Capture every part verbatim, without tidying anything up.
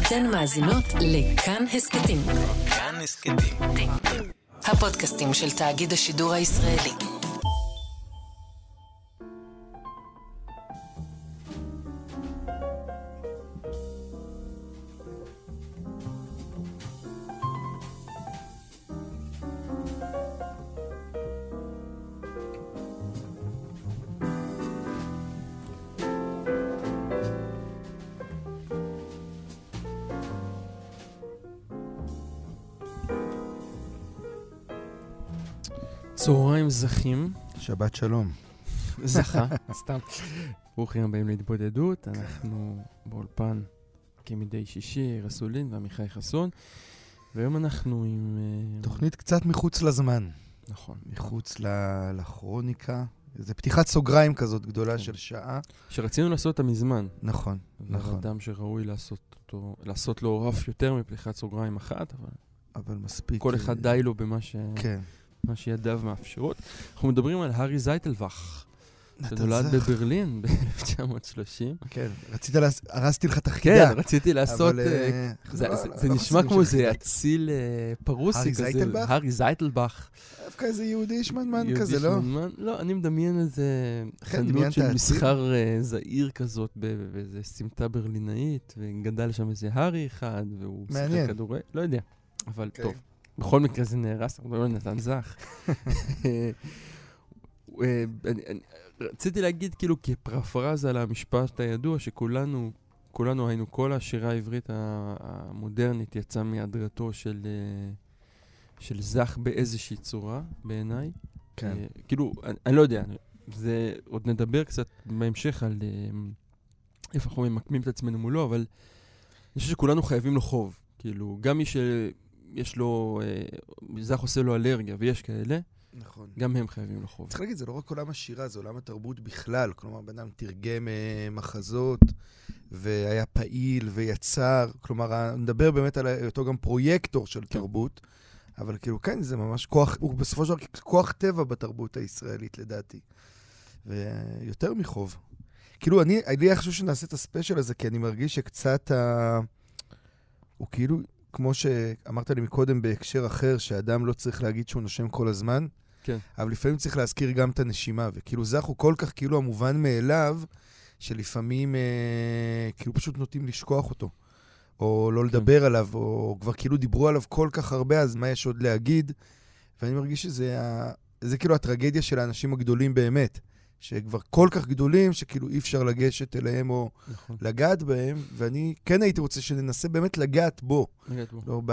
אתן מאזינות לכאן הסקטים. כאן הסקטים. הפודקאסטים של תאגיד השידור הישראלי. צהריים זכים. שבת שלום. זכה, סתם. ברוכים הבאים להתבודדות. אנחנו באולפן כמדי שישי, רסולין ועמיחי חסון. והיום אנחנו עם... תוכנית קצת מחוץ לזמן. נכון. מחוץ לכרוניקה. זה פתיחת סוגריים כזאת גדולה של שעה. שרצינו לעשות אותה מזמן. נכון, נכון. אדם שראוי לעשות אותו, לעשות לו רף יותר מפתיחת סוגריים אחת, אבל... אבל מספיק. כל אחד די לו במה ש... כן. מה שידיו מאפשרות. אנחנו מדברים על הארי זייטלבך, שנולד בברלין ב-אלף תשע מאות שלושים. כן, רצית, הרסתי לך את החידה. כן, רציתי לעשות, זה נשמע כמו זה אציל פרוסי כזה. הארי זייטלבך? הארי זייטלבך. דווקא איזה יהודי שמנמן כזה, לא? לא, אני מדמיין איזה חנות של מסחר זעיר כזאת, באיזה סמטה ברלינאית, וגדל שם איזה הארי אחד, והוא משחק כדורי, לא יודע, אבל טוב. בכל מקרה זה נהרס, אנחנו מדברים על נתן זך. רציתי להגיד כאילו כפרפרזה על המשפט הידוע, שכולנו, כולנו היינו, כל השירה העברית המודרנית יצאה מהדרתו של, של זך באיזושהי צורה, בעיניי. כן. כאילו, אני לא יודע, זה עוד נדבר קצת בהמשך על איפה אנחנו ממקמים את עצמנו מולו, אבל אני חושב שכולנו חייבים לו חוב. כאילו, גם מי ש... יש לו, זך עושה לו אלרגיה, ויש כאלה, נכון. גם הם חייבים לחוב. צריך להגיד, זה לא רק עולם השירה, זה עולם התרבות בכלל, כלומר, בן אדם תרגם מחזות, והיה פעיל ויצר, כלומר, נדבר באמת על אותו גם פרויקטור של תרבות, אבל כאילו, כן, זה ממש כוח, הוא בסופו של דבר כוח טבע בתרבות הישראלית, לדעתי. ויותר מחוב. כאילו, אני, אני חושב שנעשה את הספיישל הזה, כי אני מרגיש שקצת, ה... הוא כאילו... כמו שאמרת לי מקודם בהקשר אחר, שאדם לא צריך להגיד שהוא נושם כל הזמן, כן. אבל לפעמים צריך להזכיר גם את הנשימה, וכאילו זך הוא כל כך כאילו המובן מאליו, שלפעמים אה, כאילו פשוט נוטים לשכוח אותו, או לא כן. לדבר עליו, או כבר כאילו דיברו עליו כל כך הרבה, אז מה יש עוד להגיד? ואני מרגיש שזה ה... זה כאילו הטרגדיה של האנשים הגדולים באמת, שכבר כל כך גדולים, שכאילו אי אפשר לגשת אליהם או נכון. לגעת בהם, ואני כן הייתי רוצה שננסה באמת לגעת בו. לגעת בו. לא ב...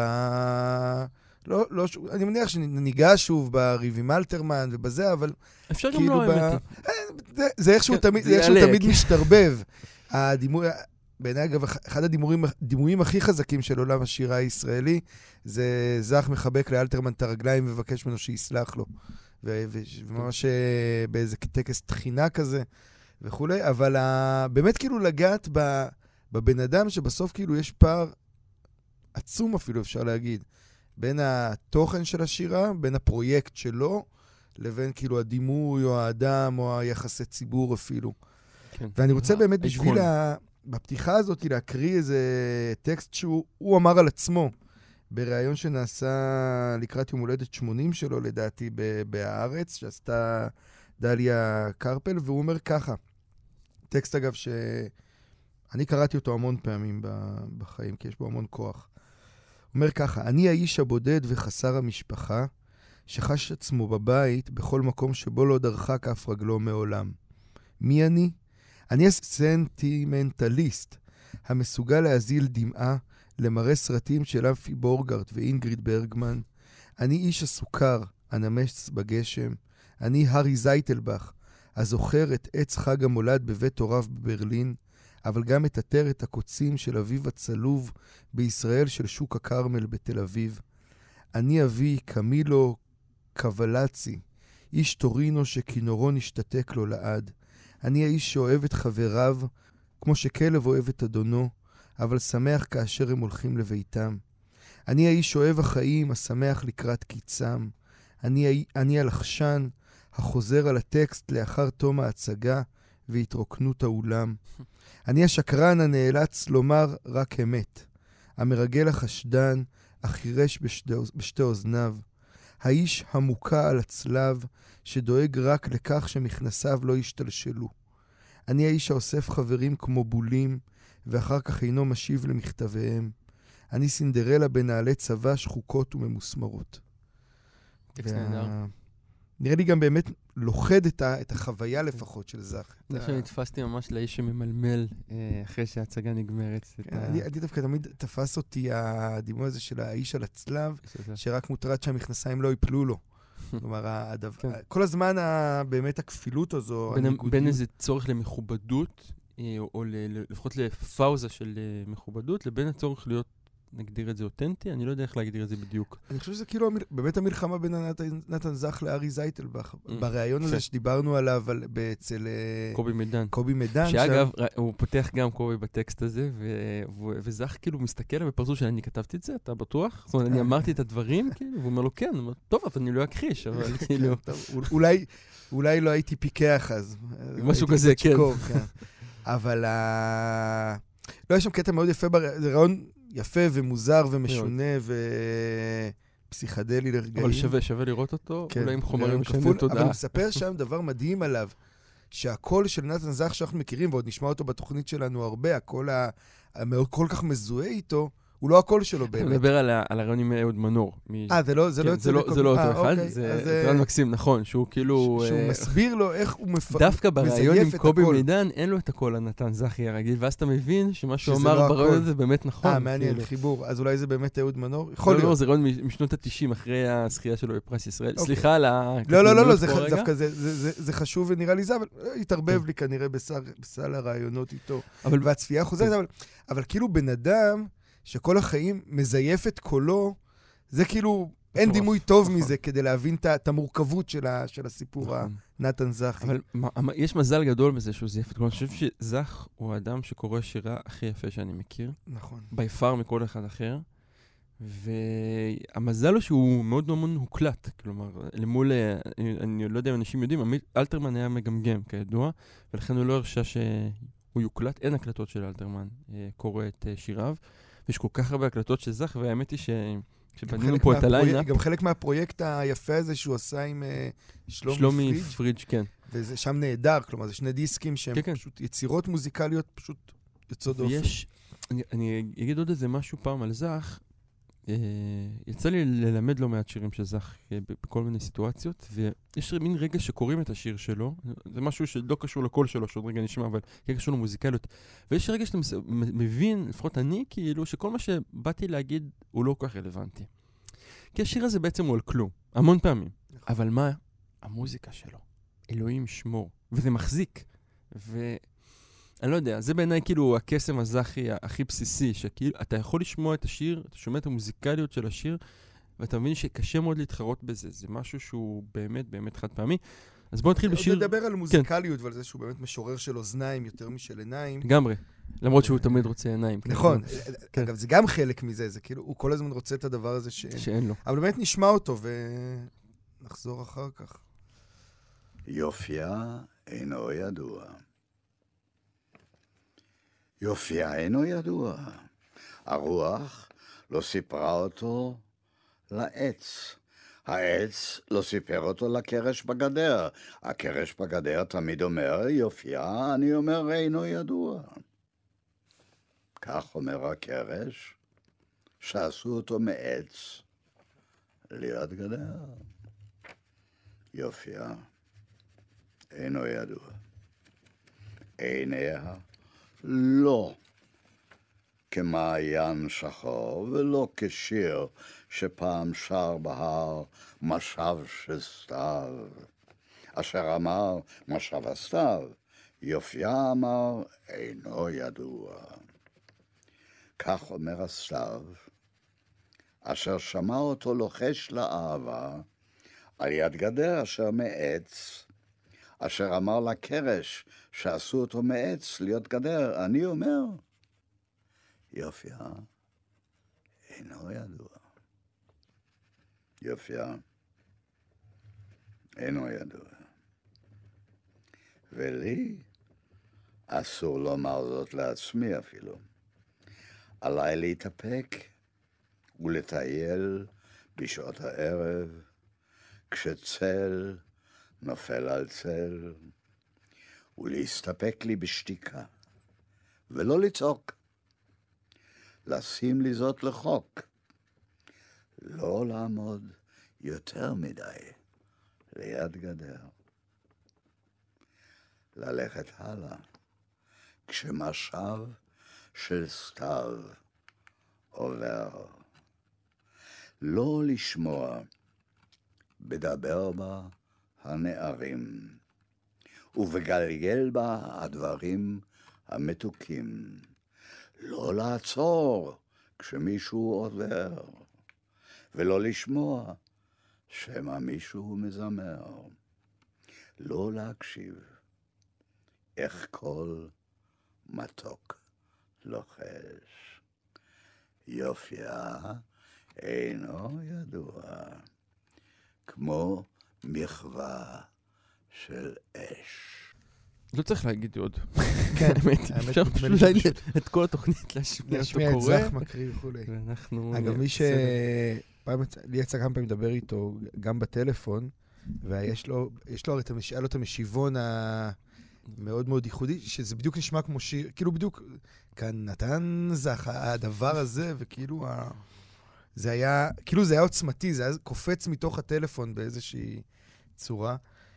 לא, לא, אני מניח שניגע שוב בריב עם אלתרמן ובזה, אבל... אפשר כאילו גם לא ב... האמת. זה, זה איכשהו כן, תמיד, זה איכשהו תמיד כן. משתרבב. הדימוי... בעיניי, אגב, אחד הדימויים, הדימויים הכי חזקים של עולם השירה הישראלי, זה זך מחבק לאלתרמן את הרגליים ובקש ממנו שיסלח לו. וממש באיזה טקס תחינה כזה וכולי, אבל באמת כאילו לגעת בבן אדם שבסוף כאילו יש פער עצום אפילו אפשר להגיד, בין התוכן של השירה, בין הפרויקט שלו, לבין כאילו הדימוי או האדם או היחסי ציבור אפילו. ואני רוצה באמת בשביל בפתיחה הזאת להקריא איזה טקסט שהוא אמר על עצמו, בריאיון שנעשה לקראת יום הולדת שמונים שלו, לדעתי, בהארץ, שעשתה דליה קרפל, והוא אומר ככה, טקסט אגב שאני קראתי אותו המון פעמים בחיים, כי יש בו המון כוח. הוא אומר ככה, אני האיש הבודד וחסר המשפחה, שחש עצמו בבית בכל מקום שבו לא דרכה כף רגלו מעולם. מי אני? אני הסנטימנטליסט, המסוגל להזיל דמעה, למראה סרטים של אמפי בורגרט ואינגריד ברגמן. אני איש הסוכר, הנמס בגשם. אני הארי זייטלבך, הזוכר את עץ חג המולד בבית הוריו בברלין, אבל גם את עטרת הקוצים של אביב הצלוב בישראל של שוק הקרמל בתל אביב. אני אבי קמילו קבלצי, איש טורינו שכינורו נשתתק לו לעד. אני האיש שאוהב את חבריו, כמו שכלב אוהב את אדונו, אבל שמח כאשר הם הולכים לביתם. אני האיש אוהב החיים, השמח לקראת קיצם. אני, אני הלחשן, החוזר על הטקסט לאחר תום ההצגה והתרוקנות האולם. אני השקרן הנאלץ לומר רק אמת. המרגל החשדן, החירש בשתי, בשתי אוזניו. האיש המוקע על הצלב, שדואג רק לכך שמכנסיו לא ישתלשלו. אני האיש האוסף חברים כמו בולים, ואחר כך אינו משיב למכתביהם. אני סינדרלה בנעלי צבא שחוקות וממוסמרות. וה... נראה לי גם באמת לוחד את, ה... את החוויה לפחות של זך. אני חושב שנתפסתי ממש לאיש שממלמל אחרי שההצגה נגמרת. אני דווקא תמיד תפס אותי הדימוי הזה של האיש על הצלב, שרק מוטרד שהמכנסיים לא ייפלו לו. כלומר, כל הזמן באמת הכפילות הזו, בין איזה צורך למכובדות, או לפחות לפאוזה של מכובדות, לבין הצורך להיות, נגדיר את זה אותנטי, אני לא יודע איך להגדיר את זה בדיוק. אני חושב שזה כאילו באמת המלחמה בין נתן זך לארי זייטלבך, בריאיון הזה שדיברנו עליו אצל קובי מדן. קובי מדן. שאגב, הוא פותח גם קובי בטקסט הזה, וזך כאילו מסתכל עליו בפרצוף של אני כתבתי את זה, אתה בטוח? זאת אומרת, אני אמרתי את הדברים, כאילו, והוא אומר לו, כן, טוב, אבל אני לא אכחיש, אבל כאילו... אולי לא הייתי פיקח אז. משהו כזה, כן. אבל לא, יש שם קטע מאוד יפה, זה רעיון יפה ומוזר ומשונה ופסיכדלי לרגעים. אבל שווה, שווה לראות אותו, אולי עם חומרים משנים תודעה. אבל הוא מספר שם דבר מדהים עליו, שהקול של נתן זך שאנחנו מכירים, ועוד נשמע אותו בתוכנית שלנו הרבה, הקול כל כך מזוהה איתו, הוא לא הקול שלו באמת. אני מדבר על הרעיון עם אהוד מנור. אה, זה לא יוצא לקול. זה לא אותו אחד, זה רעיון מקסים, נכון, שהוא כאילו... שהוא מסביר לו איך הוא מזייף את הקול. דווקא ברעיון עם קובי מידן, אין לו את הקול הנתן זכי הרגיל, ואז אתה מבין שמה שהוא אמר ברעיון הזה באמת נכון. אה, מעניין, חיבור. אז אולי זה באמת אהוד מנור? יכול להיות. זה רעיון משנות ה-תשעים, אחרי הזכייה שלו בפרס ישראל. סליחה על ה... לא, לא, לא, דווקא זה חשוב ונראה לי זה, אבל התערבב לי כנראה בסל הרעיונות איתו. והצפייה חוזרת, אבל כאילו בן אדם שכל החיים מזייף את קולו, זה כאילו, אין דימוי טוב מזה כדי להבין את המורכבות של הסיפור נתן זכי. אבל יש מזל גדול בזה שהוא זייף את קולו. אני חושב שזך הוא האדם שקורא שירה הכי יפה שאני מכיר. נכון. ביפר מכל אחד אחר. והמזל הוא שהוא מאוד מאוד הוקלט. כלומר, למול, אני לא יודע אם אנשים יודעים, אלתרמן היה מגמגם כידוע, ולכן הוא לא הרשה שהוא יוקלט. אין הקלטות של אלתרמן קורא את שיריו. ויש כל כך הרבה הקלטות של זך, והאמת היא שבנינו פה את הליינאפ... גם חלק מהפרויקט היפה הזה שהוא עשה עם שלומי, שלומי פריג', כן. וזה שם נהדר, כלומר, זה שני דיסקים שהם כן, פשוט כן. יצירות מוזיקליות פשוט יוצאות דופן. ויש, אני, אני אגיד עוד איזה משהו פעם על זך, אה, יצא לי ללמד לא מעט שירים של זך אה, בכל מיני סיטואציות, ויש מין רגע שקוראים את השיר שלו, זה משהו שלא קשור לקול שלו, שעוד רגע נשמע, אבל כן קשור למוזיקליות, ויש רגע שאתה מבין, לפחות אני, כאילו, שכל מה שבאתי להגיד הוא לא כל כך רלוונטי. כי השיר הזה בעצם הוא על כלום, המון פעמים. אבל מה? המוזיקה שלו. אלוהים שמור. וזה מחזיק. ו... אני לא יודע, זה בעיניי כאילו הקסם הזכי הכי בסיסי, שכאילו אתה יכול לשמוע את השיר, אתה שומע את המוזיקליות של השיר, ואתה מבין שקשה מאוד להתחרות בזה. זה משהו שהוא באמת באמת חד פעמי. אז בואו נתחיל בשיר... עוד נדבר על מוזיקליות ועל זה שהוא באמת משורר של אוזניים יותר משל עיניים. לגמרי. למרות שהוא תמיד רוצה עיניים. נכון. אגב, זה גם חלק מזה, זה כאילו, הוא כל הזמן רוצה את הדבר הזה שאין לו. אבל באמת נשמע אותו ונחזור אחר כך. יופייה אינו ידוע. יופייה אינו ידוע. הרוח לא סיפרה אותו לעץ. העץ לא סיפר אותו לקרש בגדר. הקרש בגדר תמיד אומר, יופייה, אני אומר, אינו ידוע. כך אומר הקרש, שעשו אותו מעץ ליד גדר. יופייה, אינו ידוע. עיניה לא כמעיין שחור, ולא כשיר שפעם שר בהר משב של סתיו. אשר אמר משב הסתיו, יופייה אמר אינו ידוע. כך אומר הסתיו, אשר שמע אותו לוחש לאהבה, על יד גדר אשר מעץ, אשר אמר לקרש שעשו אותו מעץ להיות גדר, אני אומר, יופייה אינו ידוע. יופייה אינו ידוע. ולי אסור לומר זאת לעצמי אפילו. עליי להתאפק ולטייל בשעות הערב, כשצל נופל על צל, ולהסתפק לי בשתיקה, ולא לצעוק. לשים לי זאת לחוק, לא לעמוד יותר מדי ליד גדר. ללכת הלאה, כשמשב של סתיו עובר. לא לשמוע, בדבר בה הנערים, ובגלגל בה הדברים המתוקים. לא לעצור כשמישהו עובר, ולא לשמוע שמא מישהו מזמר. לא להקשיב איך כל מתוק לוחש. יופייה אינו ידוע, כמו מחווה של אש. לא צריך להגיד עוד. כן, האמת, אפשר פשוט להגיד את כל התוכנית להשמיע אותו קורא. להשמיע את זך מקריא וכולי. ואנחנו... אגב, מי ש... לי יצא כמה פעמים לדבר איתו, גם בטלפון, ויש לו, יש לו, היה לו את המשיבון המאוד מאוד ייחודי, שזה בדיוק נשמע כמו שיר, כאילו בדיוק, כאן נתן זך, הדבר הזה, וכאילו, זה היה, כאילו זה היה עוצמתי, זה היה קופץ מתוך הטלפון באיזושהי צורה,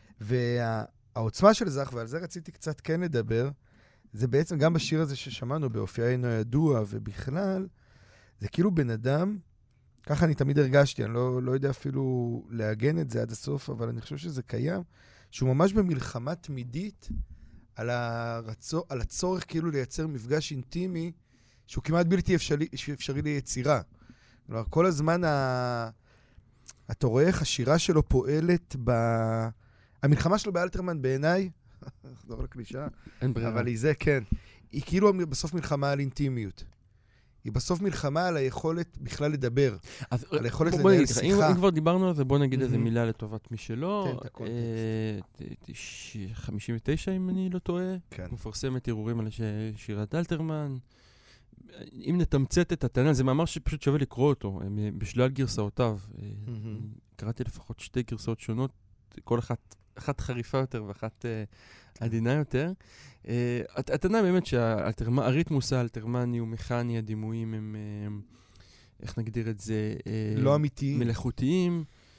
והעוצמה של זך, ועל זה רציתי קצת כן לדבר, זה בעצם גם בשיר הזה ששמענו, באופייה אינו ידוע, ובכלל, זה כאילו בן אדם, ככה אני תמיד הרגשתי, אני לא, לא יודע אפילו להגן את זה עד הסוף, אבל אני חושב שזה קיים, שהוא ממש במלחמה תמידית על, הרצור, על הצורך כאילו לייצר מפגש אינטימי, שהוא כמעט בלתי אפשרי, אפשרי ליצירה. כלומר, כל הזמן ה... אתה רואה איך השירה שלו פועלת ב... המלחמה שלו באלתרמן בעיניי, נחזור לקלישה, אבל היא זה, כן, היא כאילו בסוף מלחמה על אינטימיות. היא בסוף מלחמה על היכולת בכלל לדבר, על היכולת לנהל שיחה. אם כבר דיברנו על זה, בוא נגיד איזה מילה לטובת מי שלא. תן את הקונטקסט. חמישים ותשע, אם אני לא טועה, כן. מפרסמת ערעורים על שירת אלתרמן. אם נתמצת את הטענה, זה מאמר שפשוט שווה לקרוא אותו, בשלל גרסאותיו. קראתי לפחות שתי גרסאות שונות, כל אחת, אחת חריפה יותר ואחת עדינה יותר. הטענה באמת שהריתמוס האלתרמני ומכני, הדימויים הם, איך נגדיר את זה? לא אמיתיים. מלאכותיים,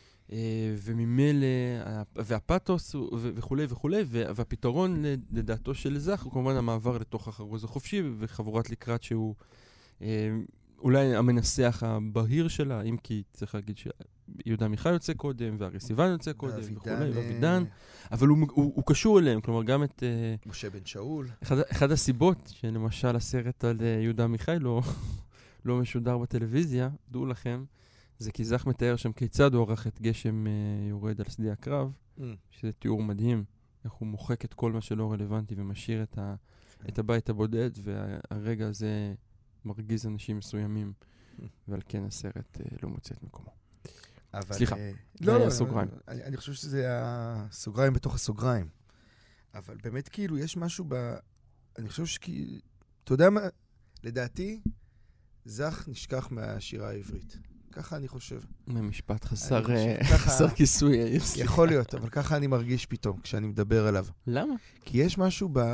וממילא, והפאתוס וכו' וכו', והפתרון לדעתו של זך הוא כמובן המעבר לתוך החרוז החופשי וחבורת לקראת שהוא אולי המנסח הבהיר שלה, אם כי צריך להגיד שיהודה עמיחי יוצא קודם, והרי סיוון יוצא קודם, וכו', ואבידן, אבל הוא, הוא, הוא קשור אליהם, כלומר גם את... משה בן שאול. אחד, אחד הסיבות שלמשל הסרט על יהודה עמיחי לא, לא משודר בטלוויזיה, דעו לכם, זה כי זך מתאר שם כיצד הוא ערך את גשם uh, יורד על שדה הקרב, mm. שזה תיאור מדהים, איך הוא מוחק את כל מה שלא רלוונטי ומשאיר את, ה, okay. את הבית הבודד, והרגע הזה מרגיז אנשים מסוימים, mm. ועל כן הסרט uh, לא מוצא את מקומו. אבל, סליחה, אה, זה לא, היה לא, סוגריים. אני, אני חושב שזה הסוגריים בתוך הסוגריים. אבל באמת כאילו יש משהו ב... אני חושב שכי... אתה יודע מה? לדעתי, זך נשכח מהשירה העברית. ככה אני חושב. ממשפט חסר, חסר כיסוי. יכול להיות, אבל ככה אני מרגיש פתאום כשאני מדבר עליו. למה? כי יש משהו ב...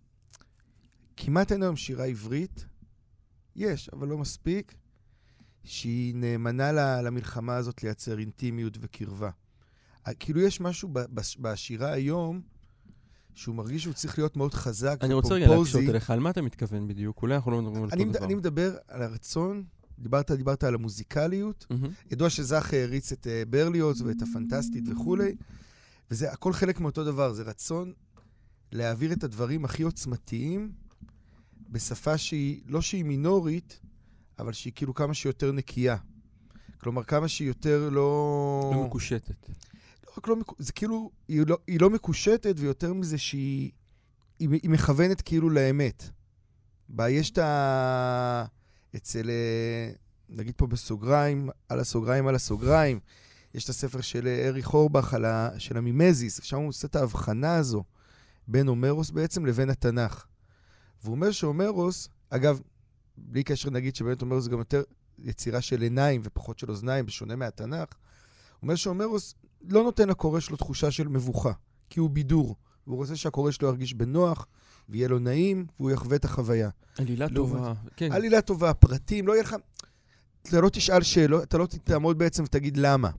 כמעט אין היום שירה עברית. יש, אבל לא מספיק. שהיא נאמנה למלחמה הזאת לייצר אינטימיות וקרבה. כאילו יש משהו בשירה היום, שהוא מרגיש שהוא צריך להיות מאוד חזק ופומפוזי. אני רוצה רגע להקשות אליך, על מה אתה מתכוון בדיוק? אולי אנחנו לא מדברים על כל דבר. אני מדבר על הרצון, דיברת, דיברת על המוזיקליות, ידוע שזך הריץ את ברליוץ ואת הפנטסטית וכו', וזה הכל חלק מאותו דבר, זה רצון להעביר את הדברים הכי עוצמתיים, בשפה שהיא, לא שהיא מינורית, אבל שהיא כאילו כמה שיותר נקייה. כלומר, כמה שהיא יותר לא... לא מקושטת. לא רק לא מקושטת, זה כאילו, היא לא, היא לא מקושטת, ויותר מזה שהיא היא, היא מכוונת כאילו לאמת. בה יש את ה... אצל, נגיד פה בסוגריים, על הסוגריים, על הסוגריים, יש את הספר של אריך הורבך, על ה... של המימזיס, שם הוא עושה את ההבחנה הזו, בין הומרוס בעצם לבין התנ"ך. והוא אומר שהומרוס, אגב, בלי קשר נגיד שבאמת אומר זה גם יותר יצירה של עיניים ופחות של אוזניים, בשונה מהתנ"ך, הוא אומר שהומרוס לא נותן לקורא שלו תחושה של מבוכה, כי הוא בידור, והוא רוצה שהקורא שלו ירגיש בנוח, ויהיה לו נעים, והוא יחווה את החוויה. עלילה טובה, כן. עלילה טובה, פרטים, לא יהיה לך... אתה לא תשאל שאלות, אתה לא תעמוד בעצם ותגיד למה.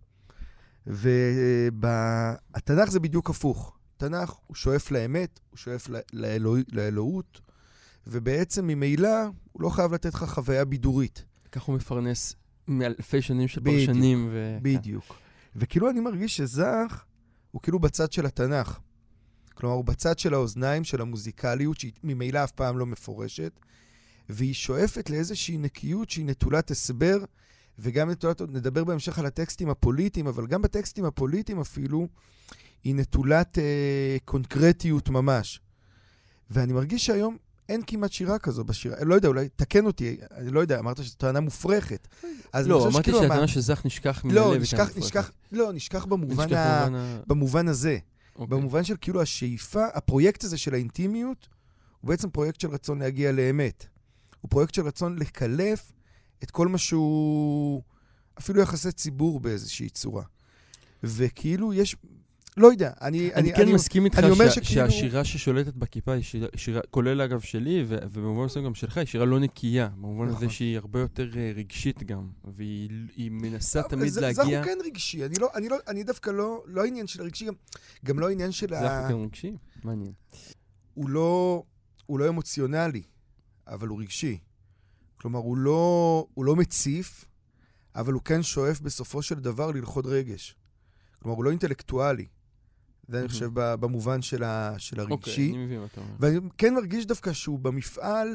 והתנ"ך זה בדיוק הפוך. תנ"ך הוא שואף לאמת, הוא שואף לאלוהות, ובעצם ממילא הוא לא חייב לתת לך חוויה בידורית. כך הוא מפרנס מאלפי שנים של פרשנים. ו... בדיוק. וכאילו אני מרגיש שזך הוא כאילו בצד של התנ"ך. כלומר, הוא בצד של האוזניים, של המוזיקליות, שהיא ממילא אף פעם לא מפורשת, והיא שואפת לאיזושהי נקיות שהיא נטולת הסבר, וגם נטולת, נדבר בהמשך על הטקסטים הפוליטיים, אבל גם בטקסטים הפוליטיים אפילו, היא נטולת אה, קונקרטיות ממש. ואני מרגיש שהיום אין כמעט שירה כזו בשירה. לא יודע, אולי תקן אותי, אני לא יודע, אמרת שזו טענה מופרכת. לא, אמרתי שהטענה שזך נשכח מלב. לא, נשכח, נשכח, לא, נשכח במובן, ה... במובן הזה. Okay. במובן של כאילו השאיפה, הפרויקט הזה של האינטימיות, הוא בעצם פרויקט של רצון להגיע לאמת. הוא פרויקט של רצון לקלף את כל מה שהוא, אפילו יחסי ציבור באיזושהי צורה. וכאילו יש, לא יודע, אני... אני כן מסכים איתך שהשירה ששולטת בכיפה היא שירה, כולל אגב שלי, ובמובן מסוים גם שלך, היא שירה לא נקייה, במובן הזה שהיא הרבה יותר רגשית גם, והיא מנסה תמיד להגיע... זה הוא כן רגשי, אני דווקא לא העניין של הרגשי, גם לא העניין של ה... זה הוא כן רגשי? מעניין. הוא לא אמוציונלי, אבל הוא רגשי. כלומר, הוא לא, הוא לא מציף, אבל הוא כן שואף בסופו של דבר ללכוד רגש. כלומר, הוא לא אינטלקטואלי. זה אני חושב במובן של הרגשי. אוקיי, אני מבין מה אתה אומר. ואני כן מרגיש דווקא שהוא במפעל,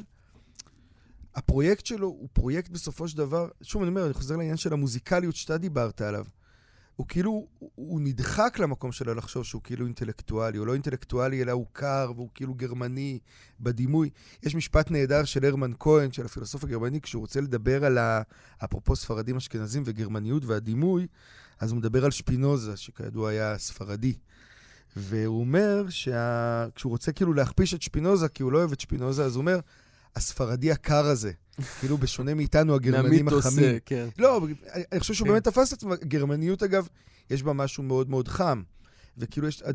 הפרויקט שלו הוא פרויקט בסופו של דבר, שוב אני אומר, אני חוזר לעניין של המוזיקליות שאתה דיברת עליו. הוא כאילו, הוא נדחק למקום שלו לחשוב שהוא כאילו אינטלקטואלי, הוא לא אינטלקטואלי אלא הוא קר והוא כאילו גרמני בדימוי. יש משפט נהדר של הרמן כהן, של הפילוסוף הגרמני, כשהוא רוצה לדבר על אפרופו ספרדים אשכנזים וגרמניות והדימוי, אז הוא מדבר על שפינוזה, שכידוע היה ספרדי. והוא אומר שכשהוא רוצה כאילו להכפיש את שפינוזה, כי הוא לא אוהב את שפינוזה, אז הוא אומר, הספרדי הקר הזה, כאילו בשונה מאיתנו הגרמנים החמים. כן. לא, אני חושב שהוא באמת תפס את גרמניות, אגב, יש בה משהו מאוד מאוד חם. וכאילו יש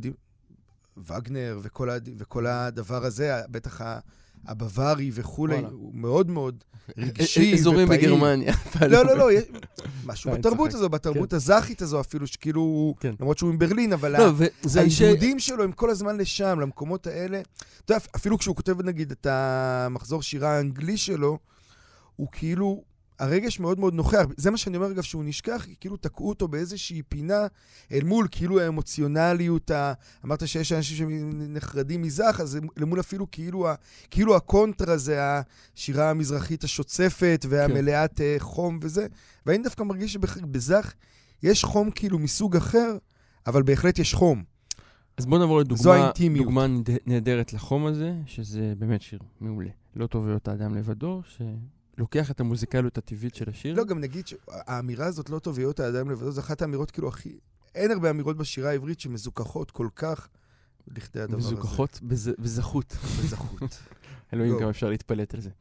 וגנר וכל הדבר הזה, בטח הבווארי וכולי, הוא מאוד מאוד רגשי ופעיל. אזורים בגרמניה. לא, לא, לא, משהו בתרבות הזו, בתרבות הזכית הזו, אפילו שכאילו, למרות שהוא עם ברלין, אבל היהודים שלו הם כל הזמן לשם, למקומות האלה. אתה יודע, אפילו כשהוא כותב, נגיד, את המחזור שירה האנגלי שלו, הוא כאילו, הרגש מאוד מאוד נוכח. זה מה שאני אומר, אגב, שהוא נשכח, כאילו תקעו אותו באיזושהי פינה, אל מול כאילו האמוציונליות, אמרת שיש אנשים שנחרדים מזך, אז למול אפילו כאילו, כאילו הקונטרה זה השירה המזרחית השוצפת, והמלאת חום וזה. ואני דווקא מרגיש שבזך יש חום כאילו מסוג אחר, אבל בהחלט יש חום. אז בוא נעבור לדוגמה, דוגמה נהדרת לחום הזה, שזה באמת שיר מעולה. לא טוב להיות האדם לבדו, ש... לוקח את המוזיקליות הטבעית של השיר. לא, גם נגיד שהאמירה הזאת לא טוב להיות האדם לבדו, זו אחת האמירות כאילו הכי... אין הרבה אמירות בשירה העברית שמזוכחות כל כך לכדי הדבר הזה. מזוכחות בזכות. בזכות. אלוהים, גם אפשר להתפלט על זה.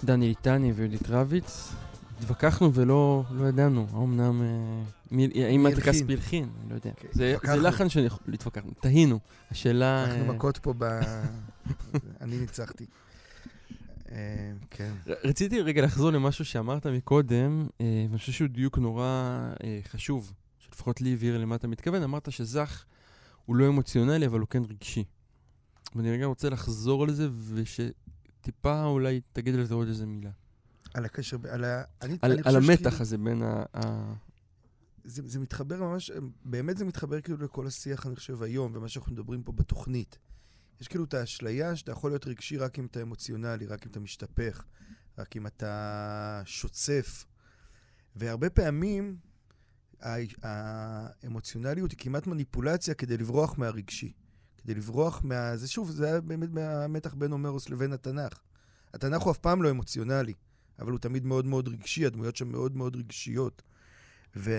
דני ליטני ויהודית רביץ. התווכחנו ולא לא ידענו, אמנם, האם את כספי הלחין, אני לא יודע. זה לחן שהתווכחנו, תהינו. השאלה... אנחנו מכות פה ב... אני ניצחתי. כן. רציתי רגע לחזור למשהו שאמרת מקודם, ואני חושב שהוא דיוק נורא חשוב, שלפחות לי הבהיר למה אתה מתכוון. אמרת שזך הוא לא אמוציונלי, אבל הוא כן רגשי. ואני רגע רוצה לחזור לזה, ושטיפה אולי תגיד על זה עוד איזה מילה. על הקשר, על ה... על המתח הזה בין ה... זה מתחבר ממש, באמת זה מתחבר כאילו לכל השיח, אני חושב, היום, ומה שאנחנו מדברים פה בתוכנית. יש כאילו את האשליה שאתה יכול להיות רגשי רק אם אתה אמוציונלי, רק אם אתה משתפך, רק אם אתה שוצף. והרבה פעמים האמוציונליות היא כמעט מניפולציה כדי לברוח מהרגשי. כדי לברוח מה... זה שוב, זה היה באמת מהמתח בין הומרוס לבין התנ"ך. התנ"ך הוא אף פעם לא אמוציונלי, אבל הוא תמיד מאוד מאוד רגשי, הדמויות שם מאוד מאוד רגשיות. ונדמה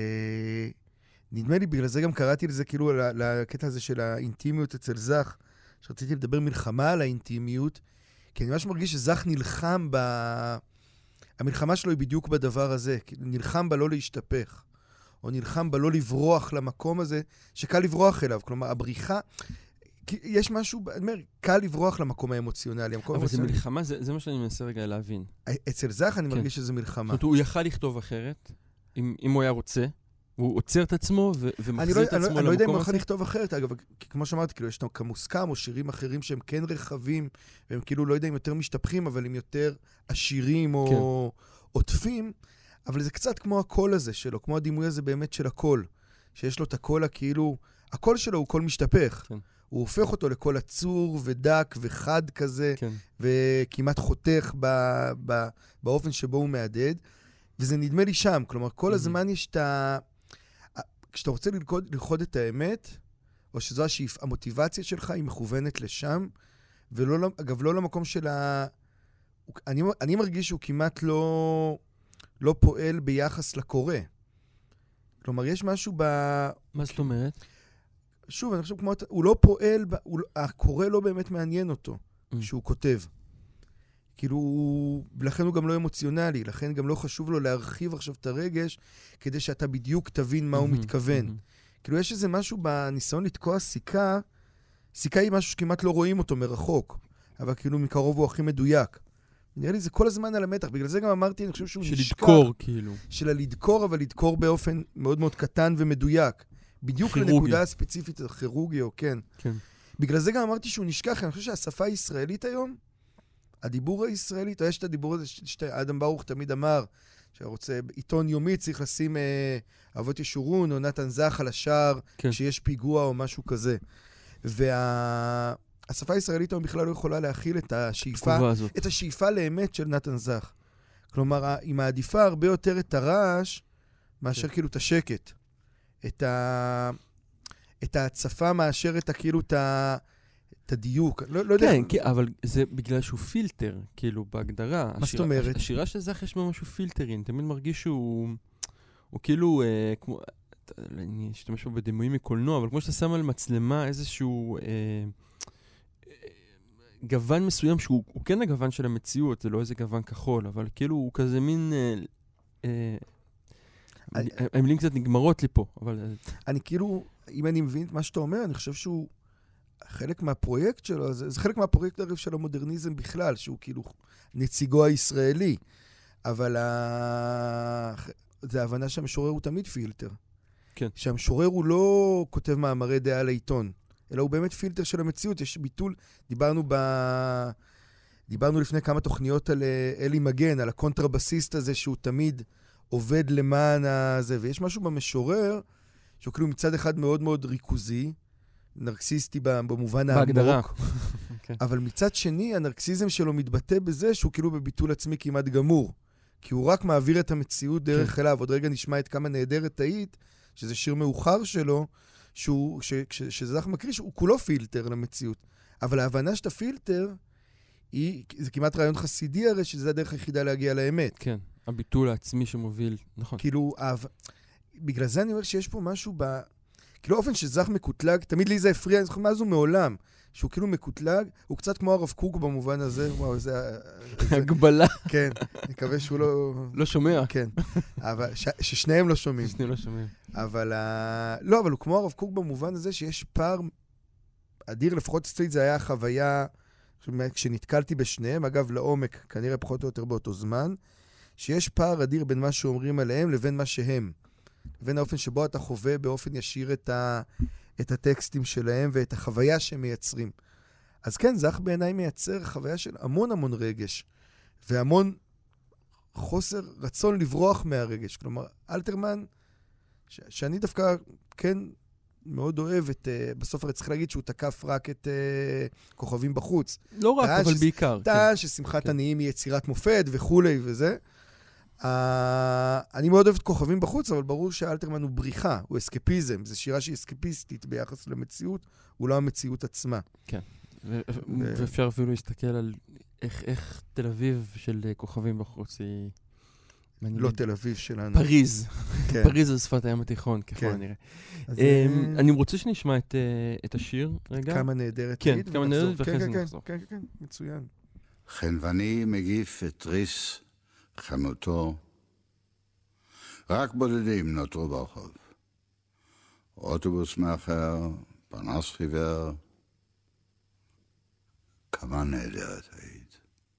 לי, בגלל זה גם קראתי לזה כאילו לקטע הזה של האינטימיות אצל זך, שרציתי לדבר מלחמה על האינטימיות, כי אני ממש מרגיש שזך נלחם ב... המלחמה שלו היא בדיוק בדבר הזה, נלחם בה לא להשתפך, או נלחם בה לא לברוח למקום הזה, שקל לברוח אליו. כלומר, הבריחה, יש משהו, אני אומר, קל לברוח למקום האמוציונלי. אבל זה מלחמה, זה, זה מה שאני מנסה רגע להבין. אצל זך אני כן. מרגיש שזה מלחמה. זאת אומרת, הוא יכל לכתוב אחרת, אם, אם הוא היה רוצה, הוא עוצר את עצמו ו- ומחזיר לא, את עצמו למקום הזה. אני לא יודע אם הוא יכול לכתוב אחרת, אגב, כמו שאמרתי, כאילו, יש כמוסכם או שירים אחרים שהם כן רחבים, והם כאילו, לא יודע אם יותר משתפכים, אבל הם יותר עשירים או כן. עוטפים, אבל זה קצת כמו הקול הזה שלו, כמו הדימוי הזה באמת של הקול, שיש לו את הקול הכאילו, הקול שלו הוא קול משתפך. כן. הוא הופך אותו לקול עצור ודק וחד כזה, כן. וכמעט חותך ב- ב- באופן שבו הוא מעדד, וזה נדמה לי שם. כלומר, כל mm-hmm. הזמן יש את ה... כשאתה רוצה ללכוד, ללכוד את האמת, או שזו השאיף, המוטיבציה שלך היא מכוונת לשם, ולא, אגב, לא למקום של ה... אני, אני מרגיש שהוא כמעט לא, לא פועל ביחס לקורא. כלומר, יש משהו ב... מה זאת אומרת? שוב, אני חושב כמו... הוא לא פועל, ב... הוא... הקורא לא באמת מעניין אותו, mm. כשהוא כותב. כאילו, לכן הוא גם לא אמוציונלי, לכן גם לא חשוב לו להרחיב עכשיו את הרגש, כדי שאתה בדיוק תבין מה הוא מתכוון. כאילו, יש איזה משהו בניסיון לתקוע סיכה, סיכה היא משהו שכמעט לא רואים אותו מרחוק, אבל כאילו מקרוב הוא הכי מדויק. נראה לי זה כל הזמן על המתח, בגלל זה גם אמרתי, אני חושב שהוא נשכח. של לדקור, כאילו. של הלדקור, אבל לדקור באופן מאוד מאוד קטן ומדויק. בדיוק לנקודה הספציפית, כירורגיה, או כן. כן. בגלל זה גם אמרתי שהוא נשכח, אני חושב שהשפה הישראלית היום, הדיבור הישראלי, יש את הדיבור הזה שאדם ברוך תמיד אמר, שרוצה, עיתון יומי צריך לשים אה, אבות ישורון או נתן זך על השער, כן. שיש פיגוע או משהו כזה. והשפה הישראלית היום בכלל לא יכולה להכיל את השאיפה, את השאיפה לאמת של נתן זך. כלומר, היא מעדיפה הרבה יותר את הרעש, מאשר כן. כאילו את השקט. את, ה... את ההצפה מאשר את כאילו את ה... את הדיוק, לא, לא כן, יודע. כן, אבל זה בגלל שהוא פילטר, כאילו, בהגדרה. מה זאת אומרת? השירה של זך יש בו משהו פילטרין, תמיד מרגיש שהוא, הוא כאילו, אה, כמו, אני אשתמש פה בדימויים מקולנוע, אבל כמו שאתה שם על מצלמה איזשהו אה, אה, גוון מסוים, שהוא כן הגוון של המציאות, זה לא איזה גוון כחול, אבל כאילו הוא כזה מין, אה, אה, אני, המילים קצת נגמרות לי פה, אבל... אני כאילו, אם אני מבין את מה שאתה אומר, אני חושב שהוא, חלק מהפרויקט שלו, זה, זה חלק מהפרויקט הריב של המודרניזם בכלל, שהוא כאילו נציגו הישראלי, אבל ה... זה ההבנה שהמשורר הוא תמיד פילטר. כן. שהמשורר הוא לא כותב מאמרי דעה לעיתון, אלא הוא באמת פילטר של המציאות. יש ביטול, דיברנו ב... דיברנו לפני כמה תוכניות על אלי מגן, על הקונטרבסיסט הזה שהוא תמיד עובד למען הזה, ויש משהו במשורר שהוא כאילו מצד אחד מאוד מאוד ריכוזי, נרקסיסטי במובן העמוק, אבל מצד שני, הנרקסיזם שלו מתבטא בזה שהוא כאילו בביטול עצמי כמעט גמור, כי הוא רק מעביר את המציאות דרך אליו. עוד רגע נשמע את כמה נהדרת היית, שזה שיר מאוחר שלו, שזך מקריא, שהוא כולו פילטר למציאות. אבל ההבנה שאתה פילטר, זה כמעט רעיון חסידי הרי, שזה הדרך היחידה להגיע לאמת. כן, הביטול העצמי שמוביל, נכון. כאילו, בגלל זה אני אומר שיש פה משהו ב... כאילו, אופן שזך מקוטלג, תמיד לי זה הפריע, אני זוכר מה זו מעולם, שהוא כאילו מקוטלג, הוא קצת כמו הרב קוק במובן הזה, וואו, זה... הגבלה. כן, אני מקווה שהוא לא... לא שומע. כן, אבל ששניהם לא שומעים. שניהם לא שומעים. אבל, לא, אבל הוא כמו הרב קוק במובן הזה שיש פער אדיר, לפחות אצלי זה היה חוויה, כשנתקלתי בשניהם, אגב, לעומק, כנראה פחות או יותר באותו זמן, שיש פער אדיר בין מה שאומרים עליהם לבין מה שהם. לבין האופן שבו אתה חווה באופן ישיר את, ה, את הטקסטים שלהם ואת החוויה שהם מייצרים. אז כן, זך בעיניי מייצר חוויה של המון המון רגש, והמון חוסר רצון לברוח מהרגש. כלומר, אלתרמן, ש, שאני דווקא כן מאוד אוהב את, uh, בסוף הרי צריך להגיד שהוא תקף רק את uh, כוכבים בחוץ. לא רק, אבל ש... בעיקר. טען כן. ששמחת כן. עניים היא יצירת מופת וכולי וזה. Uh, אני מאוד אוהב את כוכבים בחוץ, אבל ברור שאלתרמן הוא בריחה, הוא אסקפיזם. זו שירה שהיא אסקפיסטית ביחס למציאות, הוא לא המציאות עצמה. כן. ו- ו- ואפשר אפילו להסתכל על איך, איך תל אביב של כוכבים בחוץ היא... לא תל אביב שלנו. פריז. פריז זה שפת הים התיכון, ככל הנראה. אני רוצה שנשמע את השיר רגע. כמה נהדרת. כן, כמה נהדרת, ואחרי זה נחזור. כן, כן, כן, מצוין. חנווני מגיף את ריס חנותו. רק בודדים נותרו ברחוב. אוטובוס מאחר, פרנס חיוור. כמה נהדרת היית.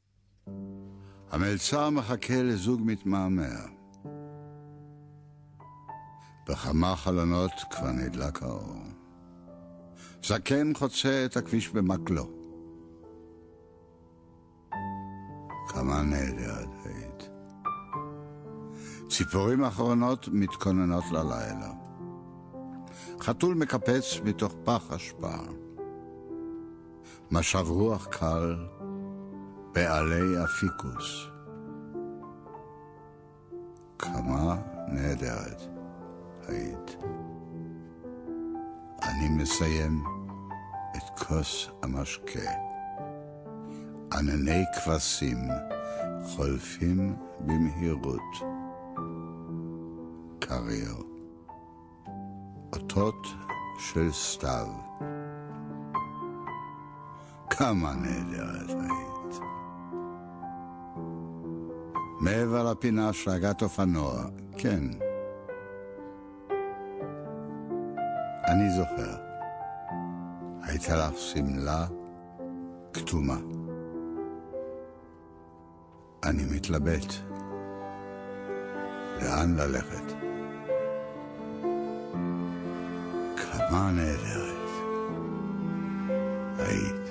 המלצר מחכה לזוג מתמהמה. בכמה חלונות כבר נדלק האור. זקן חוצה את הכביש במקלו. כמה נהדרת היית. ציפורים אחרונות מתכוננות ללילה. חתול מקפץ מתוך פח אשפה. משב רוח קל בעלי אפיקוס. כמה נהדרת היית. אני מסיים את כוס המשקה. ענני כבשים חולפים במהירות. קריר. אותות של סתיו. כמה נהדרת היית. מעבר לפינה שלגת אופנוע, כן. אני זוכר. הייתה לך סמלה כתומה. אני מתלבט. לאן ללכת? כמה נהדרת היית.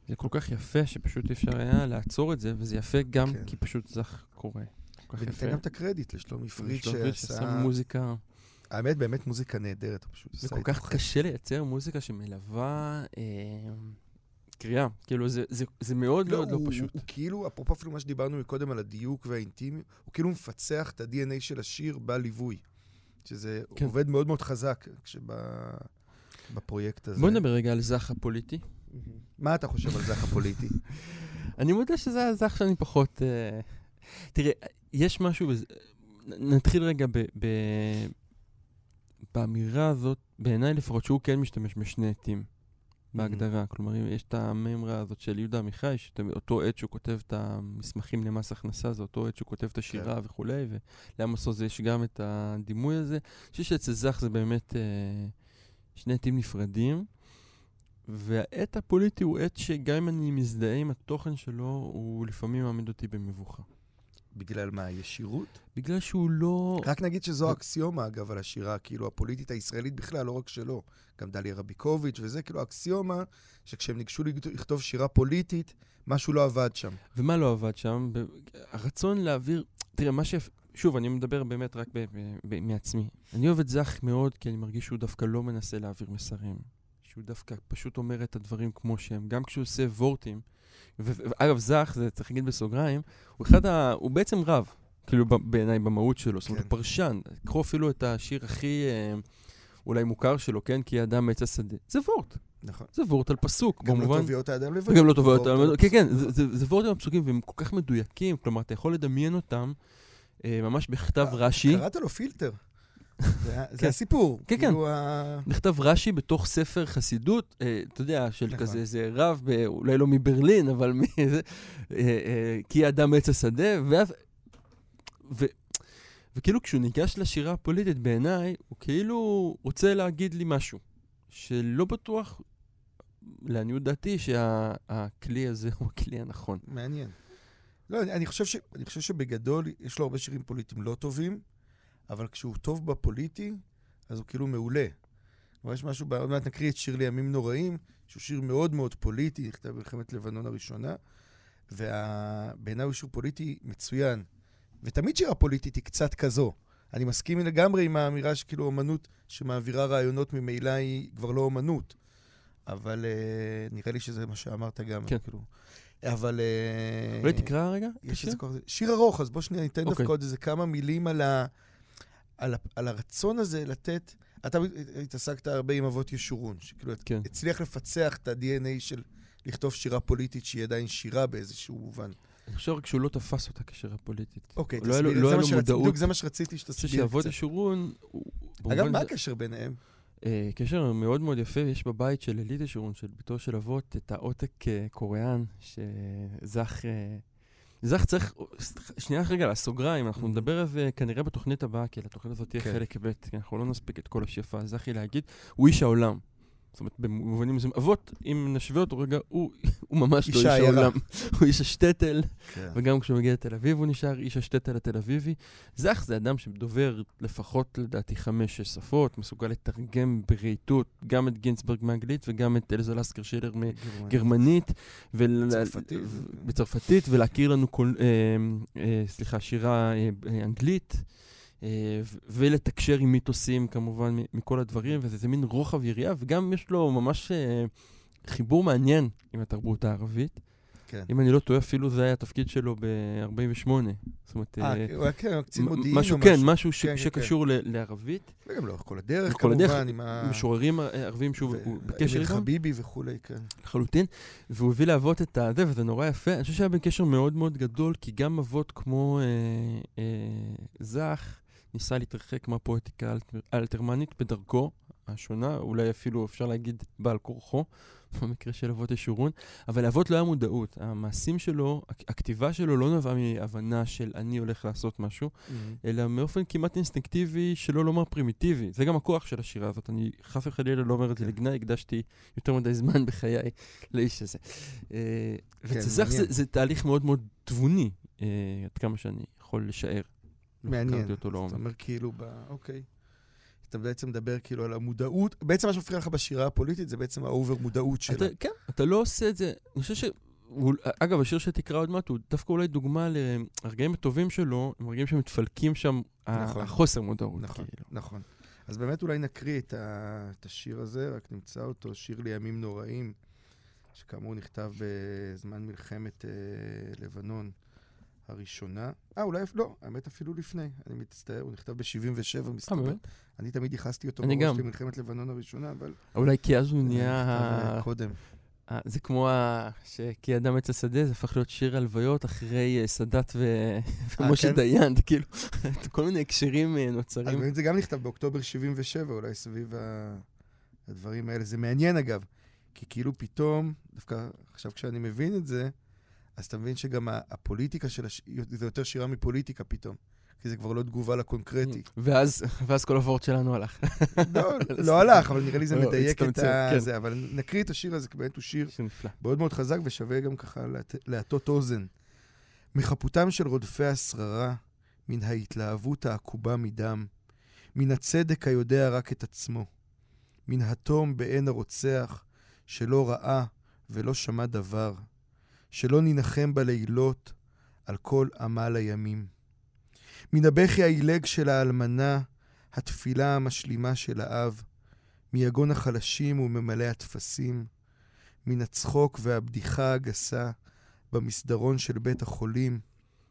זה כל כך יפה שפשוט אפשר היה לעצור את זה, וזה יפה גם כן. כי פשוט זך קורה. כל כך יפה. וניתן גם את הקרדיט לשלומי פריד שעשה שעשה... מוזיקה. האמת, באמת מוזיקה נהדרת, פשוט. זה כל כך קשה לייצר מוזיקה שמלווה אה, קריאה. כאילו, זה, זה, זה מאוד לא, מאוד הוא, לא פשוט. הוא, הוא כאילו, אפרופו אפילו מה שדיברנו מקודם על הדיוק והאינטימיות, הוא כאילו מפצח את ה-די אן איי של השיר בליווי. שזה כן. עובד מאוד מאוד חזק בפרויקט הזה. בוא נדבר רגע על זך הפוליטי. מה אתה חושב על זך הפוליטי? אני מודה שזה הזך שאני פחות... אה... תראה, יש משהו... בזה... נתחיל רגע ב... ב... באמירה הזאת, בעיניי לפחות שהוא כן משתמש בשני עתים בהגדרה. כלומר, יש את המאמרה הזאת של יהודה עמיחי, אותו עת שהוא כותב את המסמכים למס הכנסה, זה אותו עת שהוא כותב את השירה וכולי, ולעמוס עוז יש גם את הדימוי הזה. אני חושב שאצל זך זה באמת אה, שני עתים נפרדים, והעת הפוליטי הוא עת שגם אם אני מזדהה עם התוכן שלו, הוא לפעמים מעמיד אותי במבוכה. בגלל מה? ישירות? בגלל שהוא לא... רק נגיד שזו אקסיומה, אגב, על השירה, כאילו, הפוליטית הישראלית בכלל, לא רק שלו. גם דליה רביקוביץ' וזה, כאילו, אקסיומה, שכשהם ניגשו לכתוב שירה פוליטית, משהו לא עבד שם. ומה לא עבד שם? הרצון להעביר... תראה, מה ש... שוב, אני מדבר באמת רק ב- ב- ב- מעצמי. אני אוהב את זך מאוד, כי אני מרגיש שהוא דווקא לא מנסה להעביר מסרים. שהוא דווקא פשוט אומר את הדברים כמו שהם. גם כשהוא עושה וורטים, ואגב, זך, זה צריך להגיד בסוגריים, הוא אחד ה... הוא בעצם רב, כאילו בעיניי במהות שלו, זאת אומרת, הוא פרשן. קחו אפילו את השיר הכי אולי מוכר שלו, כן? כי האדם מעץ השדה. זה וורט. נכון. זה וורט על פסוק, גם במובן... לא תוביות האדם לבד. וגם לא תוביות האדם לבד. כן, כן, זה וורטים על פסוקים, והם כל כך מדויקים, כלומר, אתה יכול לדמיין אותם ממש בכתב רש"י. קראת לו פילטר. זה הסיפור. כן, כן. נכתב רש"י בתוך ספר חסידות, אתה יודע, של כזה, זה רב, אולי לא מברלין, אבל כי האדם עץ השדה, וכאילו כשהוא ניגש לשירה הפוליטית בעיניי, הוא כאילו רוצה להגיד לי משהו, שלא בטוח, לעניות דעתי, שהכלי הזה הוא הכלי הנכון. מעניין. לא, אני חושב שבגדול יש לו הרבה שירים פוליטיים לא טובים, אבל כשהוא טוב בפוליטי, אז הוא כאילו מעולה. אבל יש משהו, עוד מעט נקריא את שיר לימים נוראים, שהוא שיר מאוד מאוד פוליטי, נכתב במלחמת לבנון הראשונה, ובעיניי הוא שיר פוליטי מצוין. ותמיד שירה פוליטית היא קצת כזו. אני מסכים לגמרי עם האמירה שכאילו אומנות שמעבירה רעיונות ממילא היא כבר לא אומנות. אבל uh, נראה לי שזה מה שאמרת גם. כן. כאילו. אבל... Uh, אולי תקרא רגע? יש איזה כוח... שיר ארוך, אז בוא שנייה, ניתן okay. דווקא עוד איזה כמה מילים על ה... על, על הרצון הזה לתת, אתה התעסקת הרבה עם אבות ישורון, שכאילו כן. הצליח לפצח את ה-די אן איי של לכתוב שירה פוליטית שהיא עדיין שירה באיזשהו מובן. אני חושב רק שהוא לא תפס אותה כשירה פוליטית. אוקיי, לא תסביר, לא זה, לא מה שרצ... מודעות. זה מה שרציתי שתסביר קצת. שאבות ישורון... אגב, מה הקשר ביניהם? אה, קשר מאוד מאוד יפה, יש בבית של אלית ישורון, של ביתו של אבות, את העותק קוריאן, שזך... זך צריך, שנייה רגע, לסוגריים, אנחנו נדבר על זה כנראה בתוכנית הבאה, כי לתוכנית הזאת תהיה חלק ב', כי אנחנו לא נספיק את כל השפע. זכי להגיד, הוא איש העולם. זאת אומרת, במובנים מסוימים, אבות, אם נשווה אותו רגע, הוא ממש לא איש העולם. הוא איש השטטל, וגם כשהוא מגיע לתל אביב הוא נשאר איש השטטל התל אביבי. זך זה אדם שדובר לפחות, לדעתי, חמש-שש שפות, מסוגל לתרגם ברהיטות, גם את גינסברג מאנגלית וגם את אלזה לסקר שילר מגרמנית, בצרפתית, ולהכיר לנו, סליחה, שירה אנגלית, ולתקשר עם מיתוסים כמובן מכל הדברים, וזה מין רוחב יריעה, וגם יש לו ממש חיבור מעניין עם התרבות הערבית. כן. אם אני לא טועה, אפילו זה היה התפקיד שלו ב-ארבעים ושמונה. זאת אומרת, אה, כן, קצין מודיעין או משהו. כן, משהו שקשור לערבית. וגם לא, כל הדרך כמובן, עם משוררים ערבים שהוא בקשר איתם. חביבי וכולי, כן. לחלוטין. והוא הביא להוות את זה, וזה נורא יפה. אני חושב שהיה בקשר מאוד מאוד גדול, כי גם אבות כמו זך, ניסה להתרחק מהפואטיקה האלתרמנית בדרכו השונה, אולי אפילו אפשר להגיד בעל כורחו, במקרה של אבות ישורון, אבל לאבות לא היה מודעות. המעשים שלו, הכתיבה שלו לא נבעה מהבנה של אני הולך לעשות משהו, אלא מאופן כמעט אינסטינקטיבי שלא לומר פרימיטיבי. זה גם הכוח של השירה הזאת. אני חס וחלילה לא אומר את זה לגנאי, הקדשתי יותר מדי זמן בחיי לאיש הזה. וצזח זה תהליך מאוד מאוד תבוני, עד כמה שאני יכול לשער. מעניין. זאת אומרת כאילו, אוקיי. אתה בעצם מדבר כאילו על המודעות, בעצם מה שמפריע לך בשירה הפוליטית זה בעצם האובר מודעות שלה. אתה, כן, אתה לא עושה את זה, אני חושב ש... הוא, אגב, השיר שתקרא עוד מעט, הוא דווקא אולי דוגמה לרגעים הטובים שלו, הם רגעים שמתפלקים שם נכון. החוסר מודעות. נכון, כאילו. נכון. אז באמת אולי נקריא את, ה, את השיר הזה, רק נמצא אותו, שיר לימים נוראים, שכאמור נכתב בזמן מלחמת אה, לבנון הראשונה. אה, אולי לא, האמת אפילו לפני, אני מצטער, הוא נכתב ב-שבעים ושבע, מסתבר. אני תמיד ייחסתי אותו בראש למלחמת לבנון הראשונה, אבל... אולי כי אז הוא נהיה... נכתב קודם. זה כמו כי אדם עץ השדה, זה הפך להיות שיר הלוויות אחרי סדת ומשה דיין, כאילו, כל מיני הקשרים נוצרים. אז באמת זה גם נכתב באוקטובר שבעים ושבע, אולי סביב הדברים האלה. זה מעניין אגב, כי כאילו פתאום, דווקא עכשיו כשאני מבין את זה, אז אתה מבין שגם הפוליטיקה של השיר, זה יותר שירה מפוליטיקה פתאום. כי זה כבר לא תגובה לקונקרטי. ואז, ואז כל הוורד שלנו הלך. לא, לא הלך, אבל נראה לי זה מדייק את זה. אבל נקריא את השיר הזה, כי באמת הוא שיר מאוד מאוד חזק, ושווה גם ככה להטות אוזן. מחפותם של רודפי השררה, מן ההתלהבות העקובה מדם, מן הצדק היודע רק את עצמו, מן התום בעין הרוצח, שלא ראה ולא שמע דבר, שלא ננחם בלילות על כל עמל הימים. מן הבכי העילג של האלמנה, התפילה המשלימה של האב, מיגון החלשים וממלא התפסים, מן הצחוק והבדיחה הגסה במסדרון של בית החולים,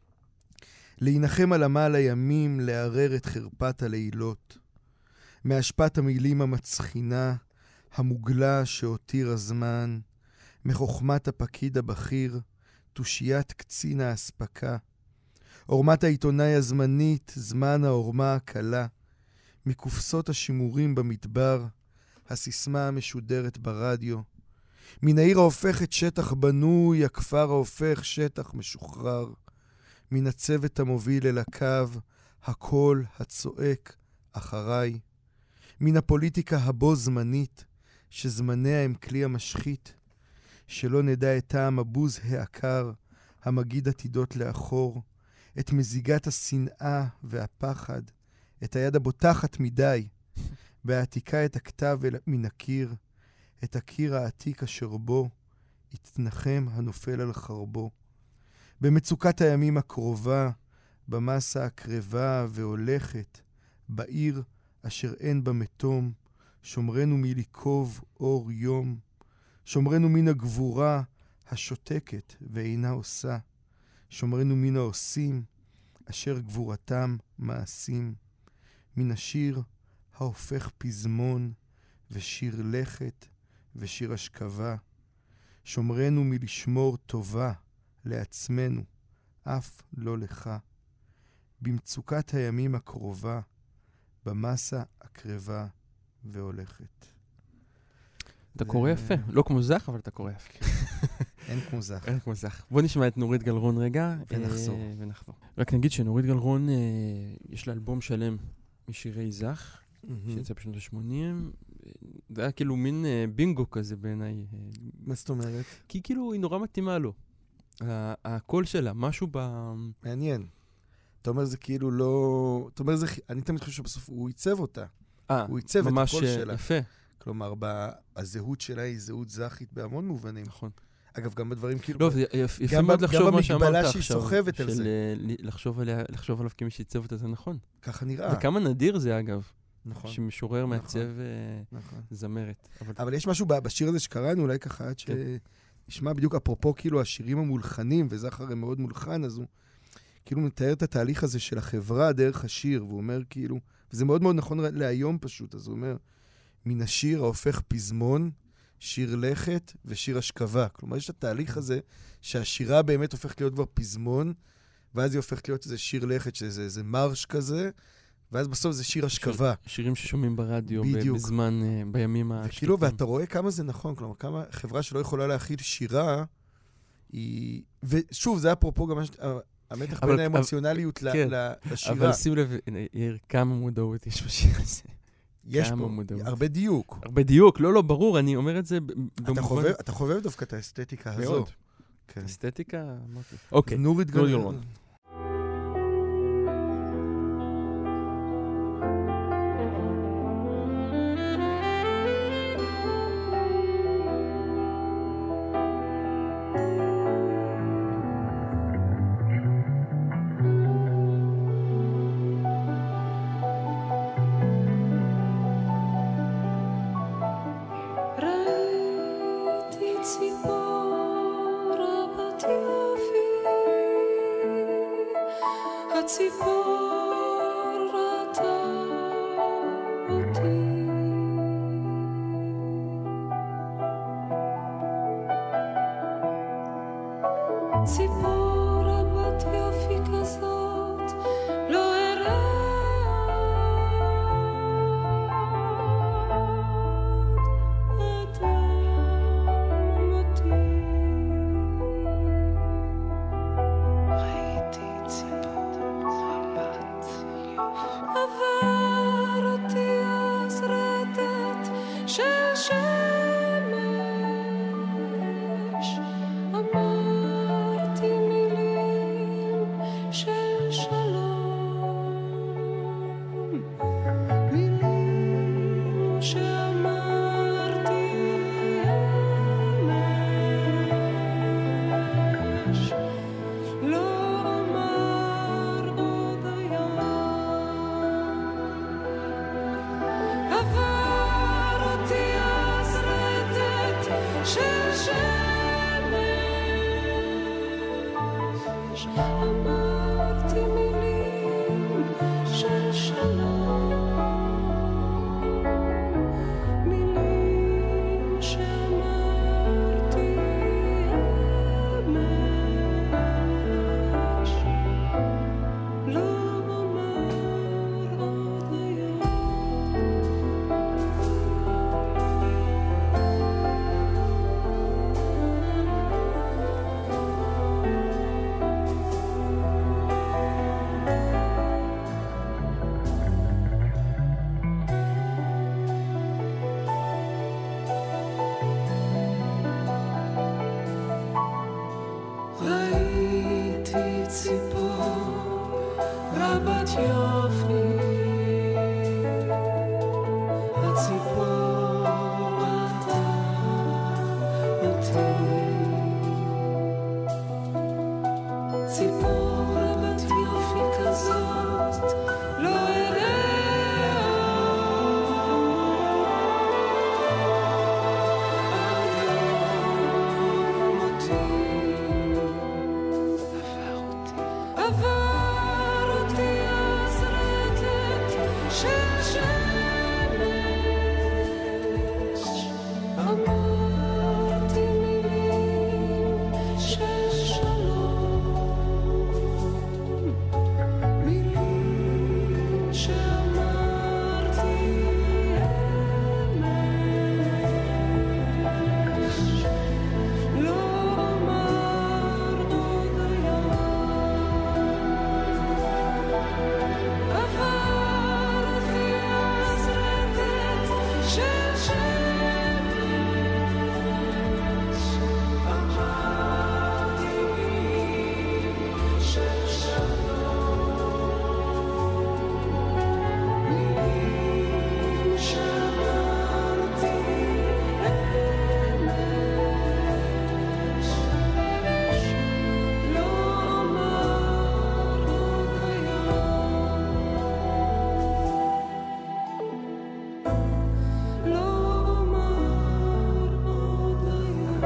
להינחם על עמל הימים, לערר את חרפת הלילות, מהשפעת המילים המצחינה, המוגלה שהותיר הזמן, מחוכמת הפקיד הבכיר, תושיית קצין ההספקה, עורמת העיתונאי הזמנית, זמן העורמה הקלה, מקופסות השימורים במדבר, הסיסמה המשודרת ברדיו, מן העיר ההופכת שטח בנוי, הכפר ההופך שטח משוחרר, מן הצוות המוביל אל הקו, הקול הצועק אחריי, מן הפוליטיקה הבו זמנית, שזמניה הם כלי המשחית, שלא נדע את טעם הבוז העקר, המגיד עתידות לאחור, את מזיגת השנאה והפחד, את היד הבוטחת מדי, והעתיקה את הכתב מן הקיר, את הקיר העתיק אשר בו, יתנחם הנופל על חרבו. במצוקת הימים הקרובה, במסה הקרבה והולכת, בעיר אשר אין בה מתום, שומרנו מליקוב אור יום, שומרנו מן הגבורה השותקת ואינה עושה, שומרנו מן העושים, אשר גבורתם מעשים, מן השיר ההופך פזמון, ושיר לכת, ושיר השכבה, שומרנו מלשמור טובה לעצמנו, אף לא לך, במצוקת הימים הקרובה, במסה הקרבה והולכת. אתה קורא יפה, לא כמו זך, אבל אתה קורא יפה. אין כמו זך. אין כמו זך. בוא נשמע את נורית גלרון רגע. ונחזור. ונחזור. רק נגיד שנורית גלרון, יש לה אלבום שלם משירי זך, שיצא בשנות ה-שמונים. זה היה כאילו מין בינגו כזה בעיניי. מה זאת אומרת? כי כאילו היא נורא מתאימה לו. הקול שלה, משהו ב... מעניין. אתה אומר זה כאילו לא... אתה אומר זה... אני תמיד חושב שבסוף הוא ייצב אותה. הוא ייצב את הקול שלה. ממש יפה. כלומר, הזהות שלה היא זהות זכית בהמון מובנים. נכון. אגב, גם בדברים כאילו... לא, יפה מאוד לחשוב מה שאמרת עכשיו. גם במגבלה שהיא סוחבת על זה. לחשוב עליו כמי שייצב אותה, זה נכון. ככה נראה. וכמה נדיר זה, אגב. נכון. שמשורר מעצב זמרת. אבל יש משהו בשיר הזה שקראנו, אולי ככה עד שנשמע בדיוק אפרופו כאילו השירים המולחנים, וזכר הם מאוד מולחן, אז הוא כאילו מתאר את התהליך הזה של החברה דרך השיר, והוא אומר כאילו, וזה מאוד מאוד נכון להיום פשוט, אז הוא אומר, מן השיר ההופך פזמון, שיר לכת ושיר השכבה. כלומר, יש את התהליך הזה שהשירה באמת הופכת להיות כבר פזמון, ואז היא הופכת להיות איזה שיר לכת, שזה איזה מרש כזה, ואז בסוף זה שיר השכבה. שירים ששומעים ברדיו בזמן, בימים השקטים. וכאילו, ואתה רואה כמה זה נכון, כלומר, כמה חברה שלא יכולה להכיל שירה, היא... ושוב, זה אפרופו גם המתח בין האמוציונליות לשירה. אבל שים לב, כמה מודעות יש בשיר הזה. יש פה הרבה דיוק. הרבה דיוק, לא, לא, ברור, אני אומר את זה במובן... אתה חובב דווקא את האסתטיקה הזו. מאוד. אסתטיקה, אמרתי. אוקיי. נורית גלרון. ציפור רבת יופי, הציפור ראתה אותי. ציפור רבת יופי כזאת לא אראה עד יום מותי. ראיתי ציפור רבת יופי. עבר אותי אז רטט של שמש, אמרתי מילים של שלום, מילים שאמרתי אמש, לא אמר עוד היום. עבר אותי אז רטט של שמש, אמרתי מילים של שלום, מילים שאמרתי אמש, לא אמר עוד היום. ראיתי ציפור רבת יופי, הציפור ראתה אותי. ציפור רבת יופי כזאת לא אראה עד יום מותי. עבר אותי אז רטט של שמש, אמרתי מילים של שלום, מילים שאמרתי אמש, לא אמר עוד היום. עבר אותי אז רטט של שמש, אמרתי מילים של שלום, מילים שאמרתי אמש, לא אמר עוד היום. לא אמר עוד היום.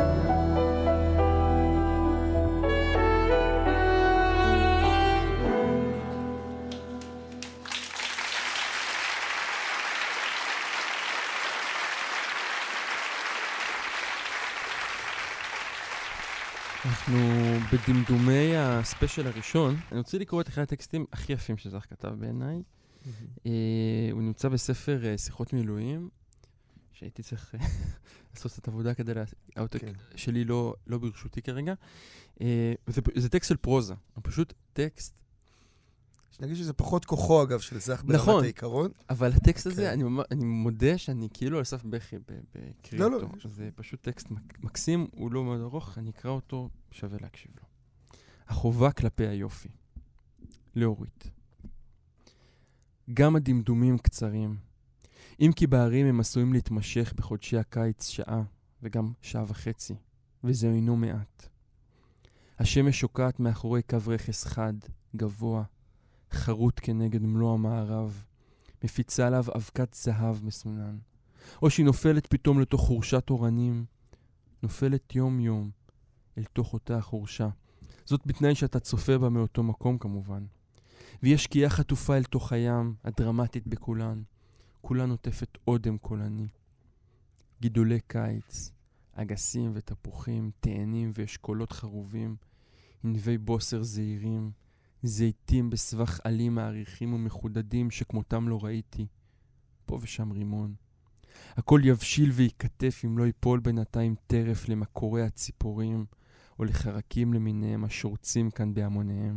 אנחנו בדמדומי הספיישל הראשון. אני רוצה לקרוא את אחד הטקסטים הכי יפים שזך כתב בעיניי. אה, הוא נמצא בספר אה, שיחות מילואים, שהייתי צריך אה, לעשות את העבודה כדי לה... העותק כן. שלי לא, לא ברשותי כרגע. אה, זה, זה טקסט של פרוזה. הוא פשוט טקסט, שנגיד שזה פחות כוחו, אגב, של זך ברמת נכון. העיקרון. אבל הטקסט הזה, כן. אני, ממש- אני מודה שאני כאילו על סף בכי ב- בקריא לא, לא, אותו. יש- זה פשוט טקסט מק- מקסים, הוא לא מאוד ארוך, אני אקרא אותו, שווה להקשיב לו. החובה כלפי היופי. לאורית. גם הדמדומים קצרים. אם כי בערים הם עשויים להתמשך בחודשי הקיץ שעה, וגם שעה וחצי, וזה אינו מעט. השמש שוקעת מאחורי קו רכס חד, גבוה, חרוט כנגד מלוא המערב, מפיצה עליו אבקת זהב מסונן, או שהיא נופלת פתאום לתוך חורשת אורנים, נופלת יום יום אל תוך אותה החורשה. זאת בתנאי שאתה צופה בה מאותו מקום כמובן. והיא השקיעה חטופה אל תוך הים, הדרמטית בכולן. כולה נוטפת אודם קולני. גידולי קיץ, אגסים ותפוחים, תאנים ואשכולות חרובים, ענבי בוסר זעירים, זיתים בסבך עלים מעריכים ומחודדים שכמותם לא ראיתי. פה ושם רימון. הכל יבשיל ויקטף אם לא ייפול בינתיים טרף למקורי הציפורים או לחרקים למיניהם השורצים כאן בהמוניהם.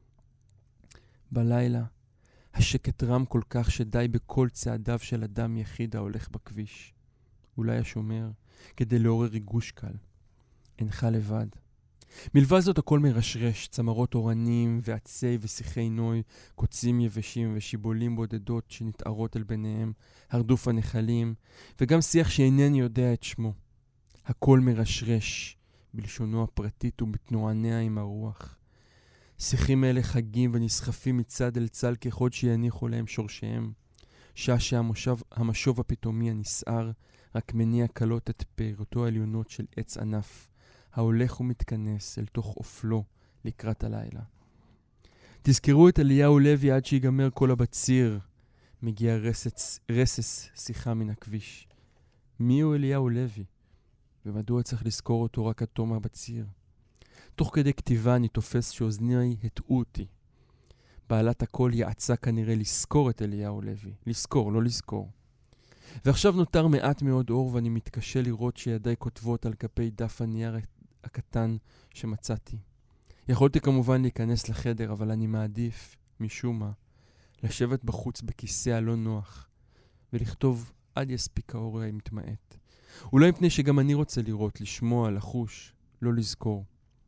בלילה, השקט רם כל כך שדי בכל צעדיו של אדם יחיד ההולך בכביש. אולי השומר, כדי לעורר ריגוש קל. אינך לבד. מלבד זאת הכל מרשרש, צמרות אורנים ועצי ושיחי נוי, קוצים יבשים ושיבולים בודדות שנתערות על ביניהם, הרדוף הנחלים, וגם שיח שאינני יודע את שמו. הכל מרשרש, בלשונו הפרטית ובתנועניה עם הרוח. שיחים אלה חגים ונסחפים מצד אל צד כחוד שיניחו להם שורשיהם. שעה שהמשוב הפתאומי הנסער רק מניע קלות את פירותו העליונות של עץ ענף, ההולך ומתכנס אל תוך אופלו לקראת הלילה. תזכרו את אליהו לוי עד שיגמר כל הבציר. מגיע רסס, רסס שיחה מן הכביש. מי הוא אליהו לוי? ומדוע צריך לזכור אותו רק עד תום הבציר? תוך כדי כתיבה אני תופס שאוזני הטעו אותי. בעלת הכל יעצה כנראה לזכור את אליהו לוי. לזכור, לא לזכור. ועכשיו נותר מעט מאוד אור ואני מתקשה לראות שידיי כותבות על כפי דף הנייר הקטן שמצאתי. יכולתי כמובן להיכנס לחדר, אבל אני מעדיף, משום מה, לשבת בחוץ בכיסא הלא נוח ולכתוב עד יספיק האור המתמעט. אולי מפני שגם אני רוצה לראות, לשמוע, לחוש, לא לזכור.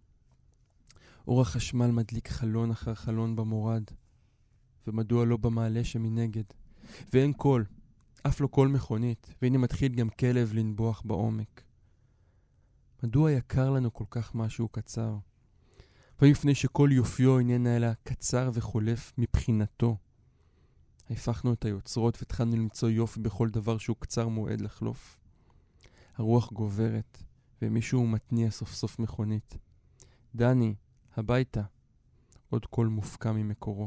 אור החשמל מדליק חלון אחר חלון במורד, ומדוע לא במעלה שמנגד? ואין קול, אף לא קול מכונית, והנה מתחיל גם כלב לנבוח בעומק. מדוע יקר לנו כל כך משהו קצר? ומפני שכל יופיו איננה אלא קצר וחולף מבחינתו. הפכנו את היוצרות והתחלנו למצוא יופי בכל דבר שהוא קצר מועד לחלוף. הרוח גוברת, ומישהו מתניע סוף סוף מכונית. דני, הביתה. עוד קול מופקע ממקורו.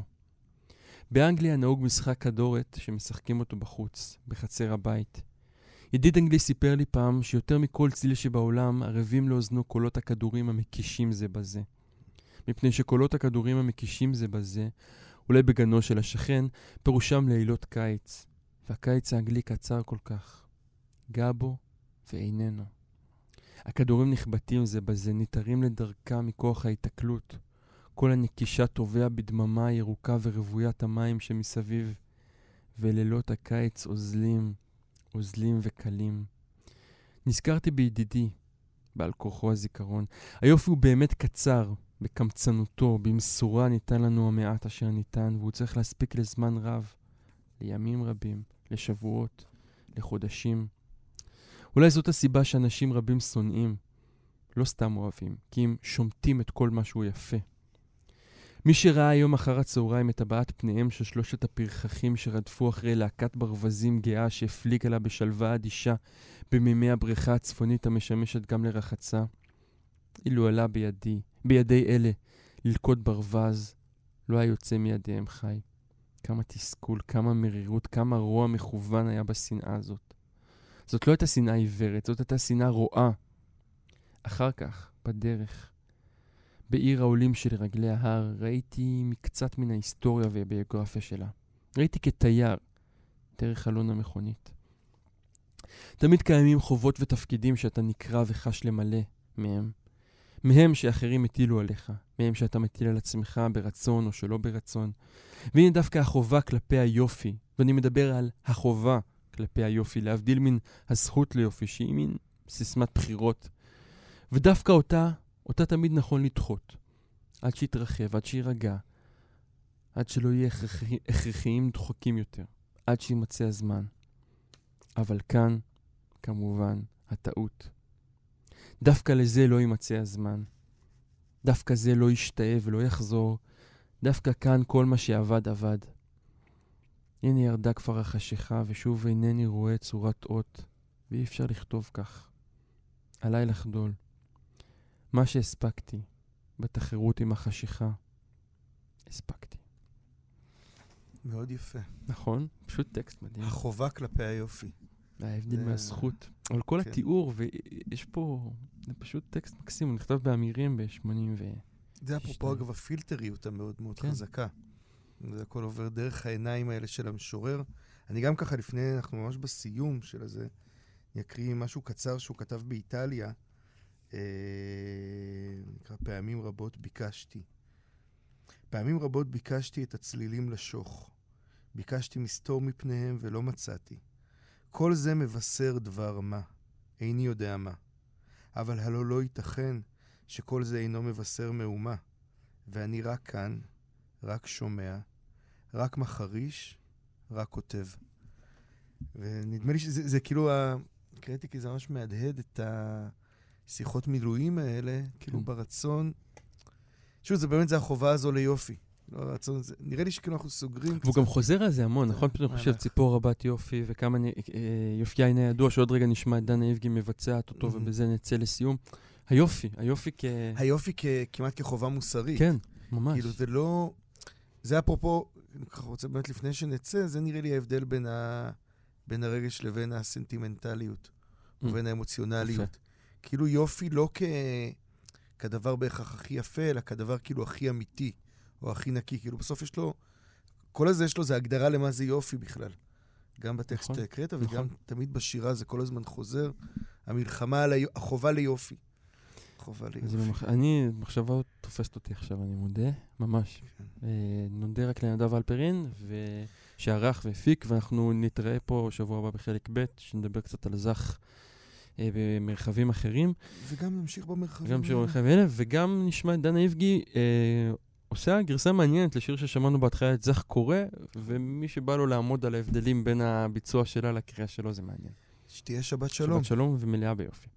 באנגליה נהוג משחק כדורת שמשחקים אותו בחוץ, בחצר הבית. ידיד אנגלי סיפר לי פעם שיותר מכל ציל שבעולם ערבים לאוזנו קולות הכדורים המקישים זה בזה. מפני שקולות הכדורים המקישים זה בזה, אולי בגנו של השכן, פירושם לילות קיץ. והקיץ האנגלי קצר כל כך. גע בו ואיננו. הכדורים נחבטים זה בזה, ניתרים לדרכם מכוח ההתקלות. כל הנקישה טובע בדממה ירוקה ורבוית המים שמסביב. ולילות הקיץ עוזלים, עוזלים וקלים. נזכרתי בידידי, בעל כוחו הזיכרון. היופי הוא באמת קצר, בקמצנותו, במסורה ניתן לנו המעט אשר ניתן, והוא צריך להספיק לזמן רב, לימים רבים, לשבועות, לחודשים. אולי זאת הסיבה שאנשים רבים שונאים, לא סתם אוהבים, כי הם שומטים את כל משהו יפה. מי שראה היום אחר הצהריים את הבעת פניהם של שלושת הפרחחים שרדפו אחרי להקת ברווזים גאה שהפליגה לה בשלווה אדישה במימי הבריכה הצפונית המשמשת גם לרחצה, אילו עלה בידי, בידי אלה ללכוד ברווז, לא היה יוצא מידיהם חי. כמה תסכול, כמה מרירות, כמה רוע מכוון היה בשנאה הזאת. זאת לא הייתה שנאה עיוורת, זאת הייתה שנאה רואה. אחר כך, בדרך, בעיר העולים של רגלי ההר, ראיתי מקצת מן ההיסטוריה והביוגרפיה שלה. ראיתי כתייר, דרך חלון המכונית. תמיד קיימים חובות ותפקידים שאתה נקרא וחש למלא מהם. מהם שאחרים הטילו עליך, מהם שאתה מטיל על עצמך ברצון או שלא ברצון. והנה דווקא החובה כלפי היופי, ואני מדבר על החובה כלפי היופי, להבדיל מן הזכות ליופי, שהיא מין סיסמת בחירות. ודווקא אותה, אותה תמיד נכון לדחות, עד שיתרחב, עד שירגע, עד שלא יהיה הכרחי, הכרחיים דחוקים יותר, עד שימצא הזמן. אבל כאן, כמובן, הטעות. דווקא לזה לא יימצא הזמן. דווקא זה לא ישתאה ולא יחזור. דווקא כאן כל מה שעבד עבד. הנה ירדה כבר החשיכה ושוב אינני רואה צורת אות, ואי אפשר לכתוב כך. עליי לחדול. מה שהספקתי בתחרות עם החשיכה, הספקתי. מאוד יפה. נכון? פשוט טקסט מדהים. החובה כלפי היופי. ההבדל זה- מהזכות. אבל כל כן. התיאור, ויש פה, זה פשוט טקסט מקסים, הוא נכתב באמירים ב-שמונים ו... זה אפרופו שתיים. אגב הפילטריות המאוד מאוד כן. חזקה. זה הכל עובר דרך העיניים האלה של המשורר. אני גם ככה לפני, אנחנו ממש בסיום של הזה, אני אקריא משהו קצר שהוא כתב באיטליה. אה, נקרא פעמים רבות ביקשתי. פעמים רבות ביקשתי את הצלילים לשוך. ביקשתי מסתור מפניהם ולא מצאתי. כל זה מבשר דבר מה. איני יודע מה. אבל הלא לא ייתכן שכל זה אינו מבשר מאומה. ואני רק כאן, רק שומע, רק מחריש, רק כותב. ונדמה לי שזה זה כאילו, ה... קראתי כי זה ממש מהדהד את השיחות מילואים האלה, כאילו כן. ברצון. שוב, זה באמת זה החובה הזו ליופי. לא הרצון, זה... נראה לי שכאילו אנחנו סוגרים והוא גם חוזר על זה המון, נכון? פתאום מהלך. חושב ציפור רבת יופי, וכמה נ- אה, יופייה אינה ידוע, שעוד רגע נשמע את דנה איבגי מבצעת אותו, Mhm. ובזה נצא לסיום. היופי, היופי כ... היופי כ... כמעט כחובה מוסרית. כן, ממש. כאילו זה לא... זה אפרופו, אני ככה רוצה באמת לפני שנצא, זה נראה לי ההבדל בין, ה... בין הרגש לבין הסנטימנטליות, Mm. ובין האמוציונליות. יפה. כאילו יופי לא כ... כדבר בהכרח הכי יפה, אלא כדבר כאילו הכי אמיתי, או הכי נקי. כאילו בסוף יש לו, כל הזה יש לו, זה הגדרה למה זה יופי בכלל. גם בטקסט נכון, שהקראת, וגם נכון. תמיד בשירה זה כל הזמן חוזר, המלחמה על היופי, החובה ליופי. חובה אז ליופי. במח... אני, מחשבה עוד תופסת אותי עכשיו, אני מודה, ממש. כן. אה, נודה רק לנדב אלפרין, שערך והפיק, ואנחנו נתראה פה שבוע הבא בחלק ב', שנדבר קצת על זך אה, במרחבים אחרים. וגם נמשיך במרחבים. גם שיר האלה. במרחבים האלה, וגם נשמע את דנה איבגי אה, עושה גרסה מעניינת לשיר ששמענו בהתחלה את זך קורא, ומי שבא לו לעמוד על ההבדלים בין הביצוע שלה לקריאה שלו, זה מעניין. שתהיה שבת שלום. שבת שלום ומלאה ביופי.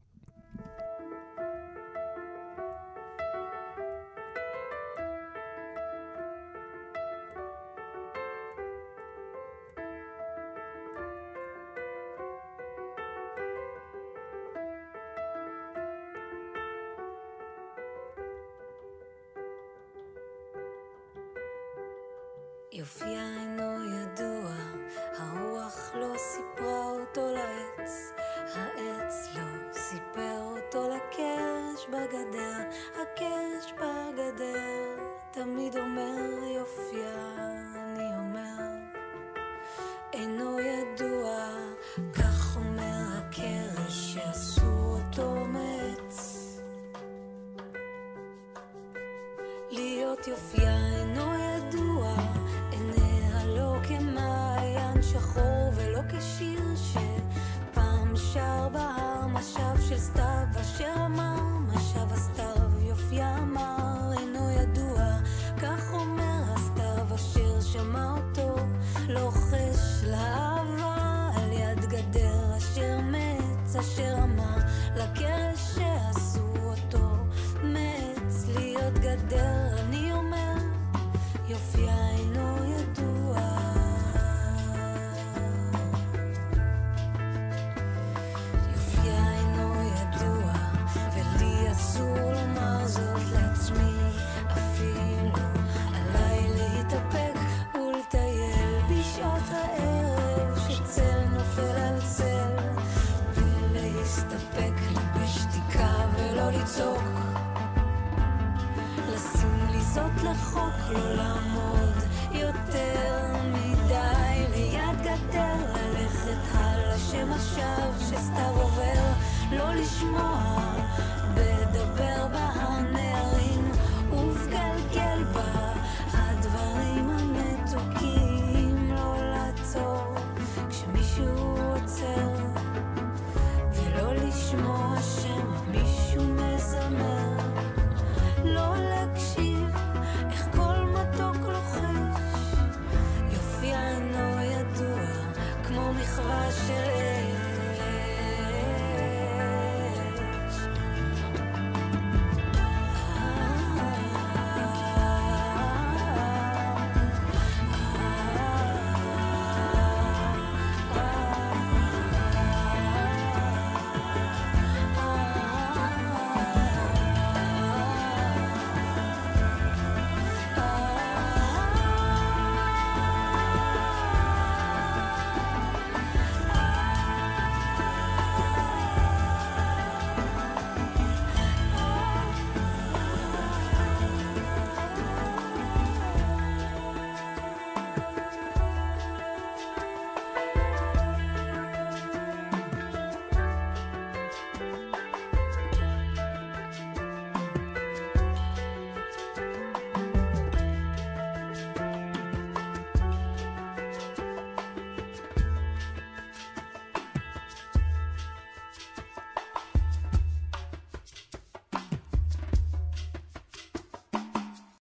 יופייה אינו ידוע, הרוח לא סיפרה אותו לעץ, העץ לא סיפר אותו לקרש בגדר, הקרש בגדר תמיד אומר יופייה, אני אומר אינו ידוע, כך אומר הקרש שעשו אותו מעץ. להיות יופייה אינו ידוע, עיניה לא כמעיין שחור ולא כשיר שפעם שר בהר, משב של סתיו אשר אמר, משב הסתיו יופייה אמר אינו ידוע, כך אומר הסתיו אשר שמע אותו לוחש לאהבה על יד גדר אשר מעץ אשר אמר לקרש שעשו אותו מעץ. להיות גדר אני אומר יופייה אינו ידוע, יופייה אינו ידוע, ולי אסור לומר זאת לעצמי, אפילו עליי להתאפק ולטייל בשעות הערב שצל נופל על צל, ולהסתפק לי בשתיקה ולא לצעוק, לשים לי זאת לחוק, לא לעמוד יותר מדי ליד גדר, ללכת הלאה שמשב שסתיו עובר, לא לשמוע בדבר בהר נערים ובגלגל בה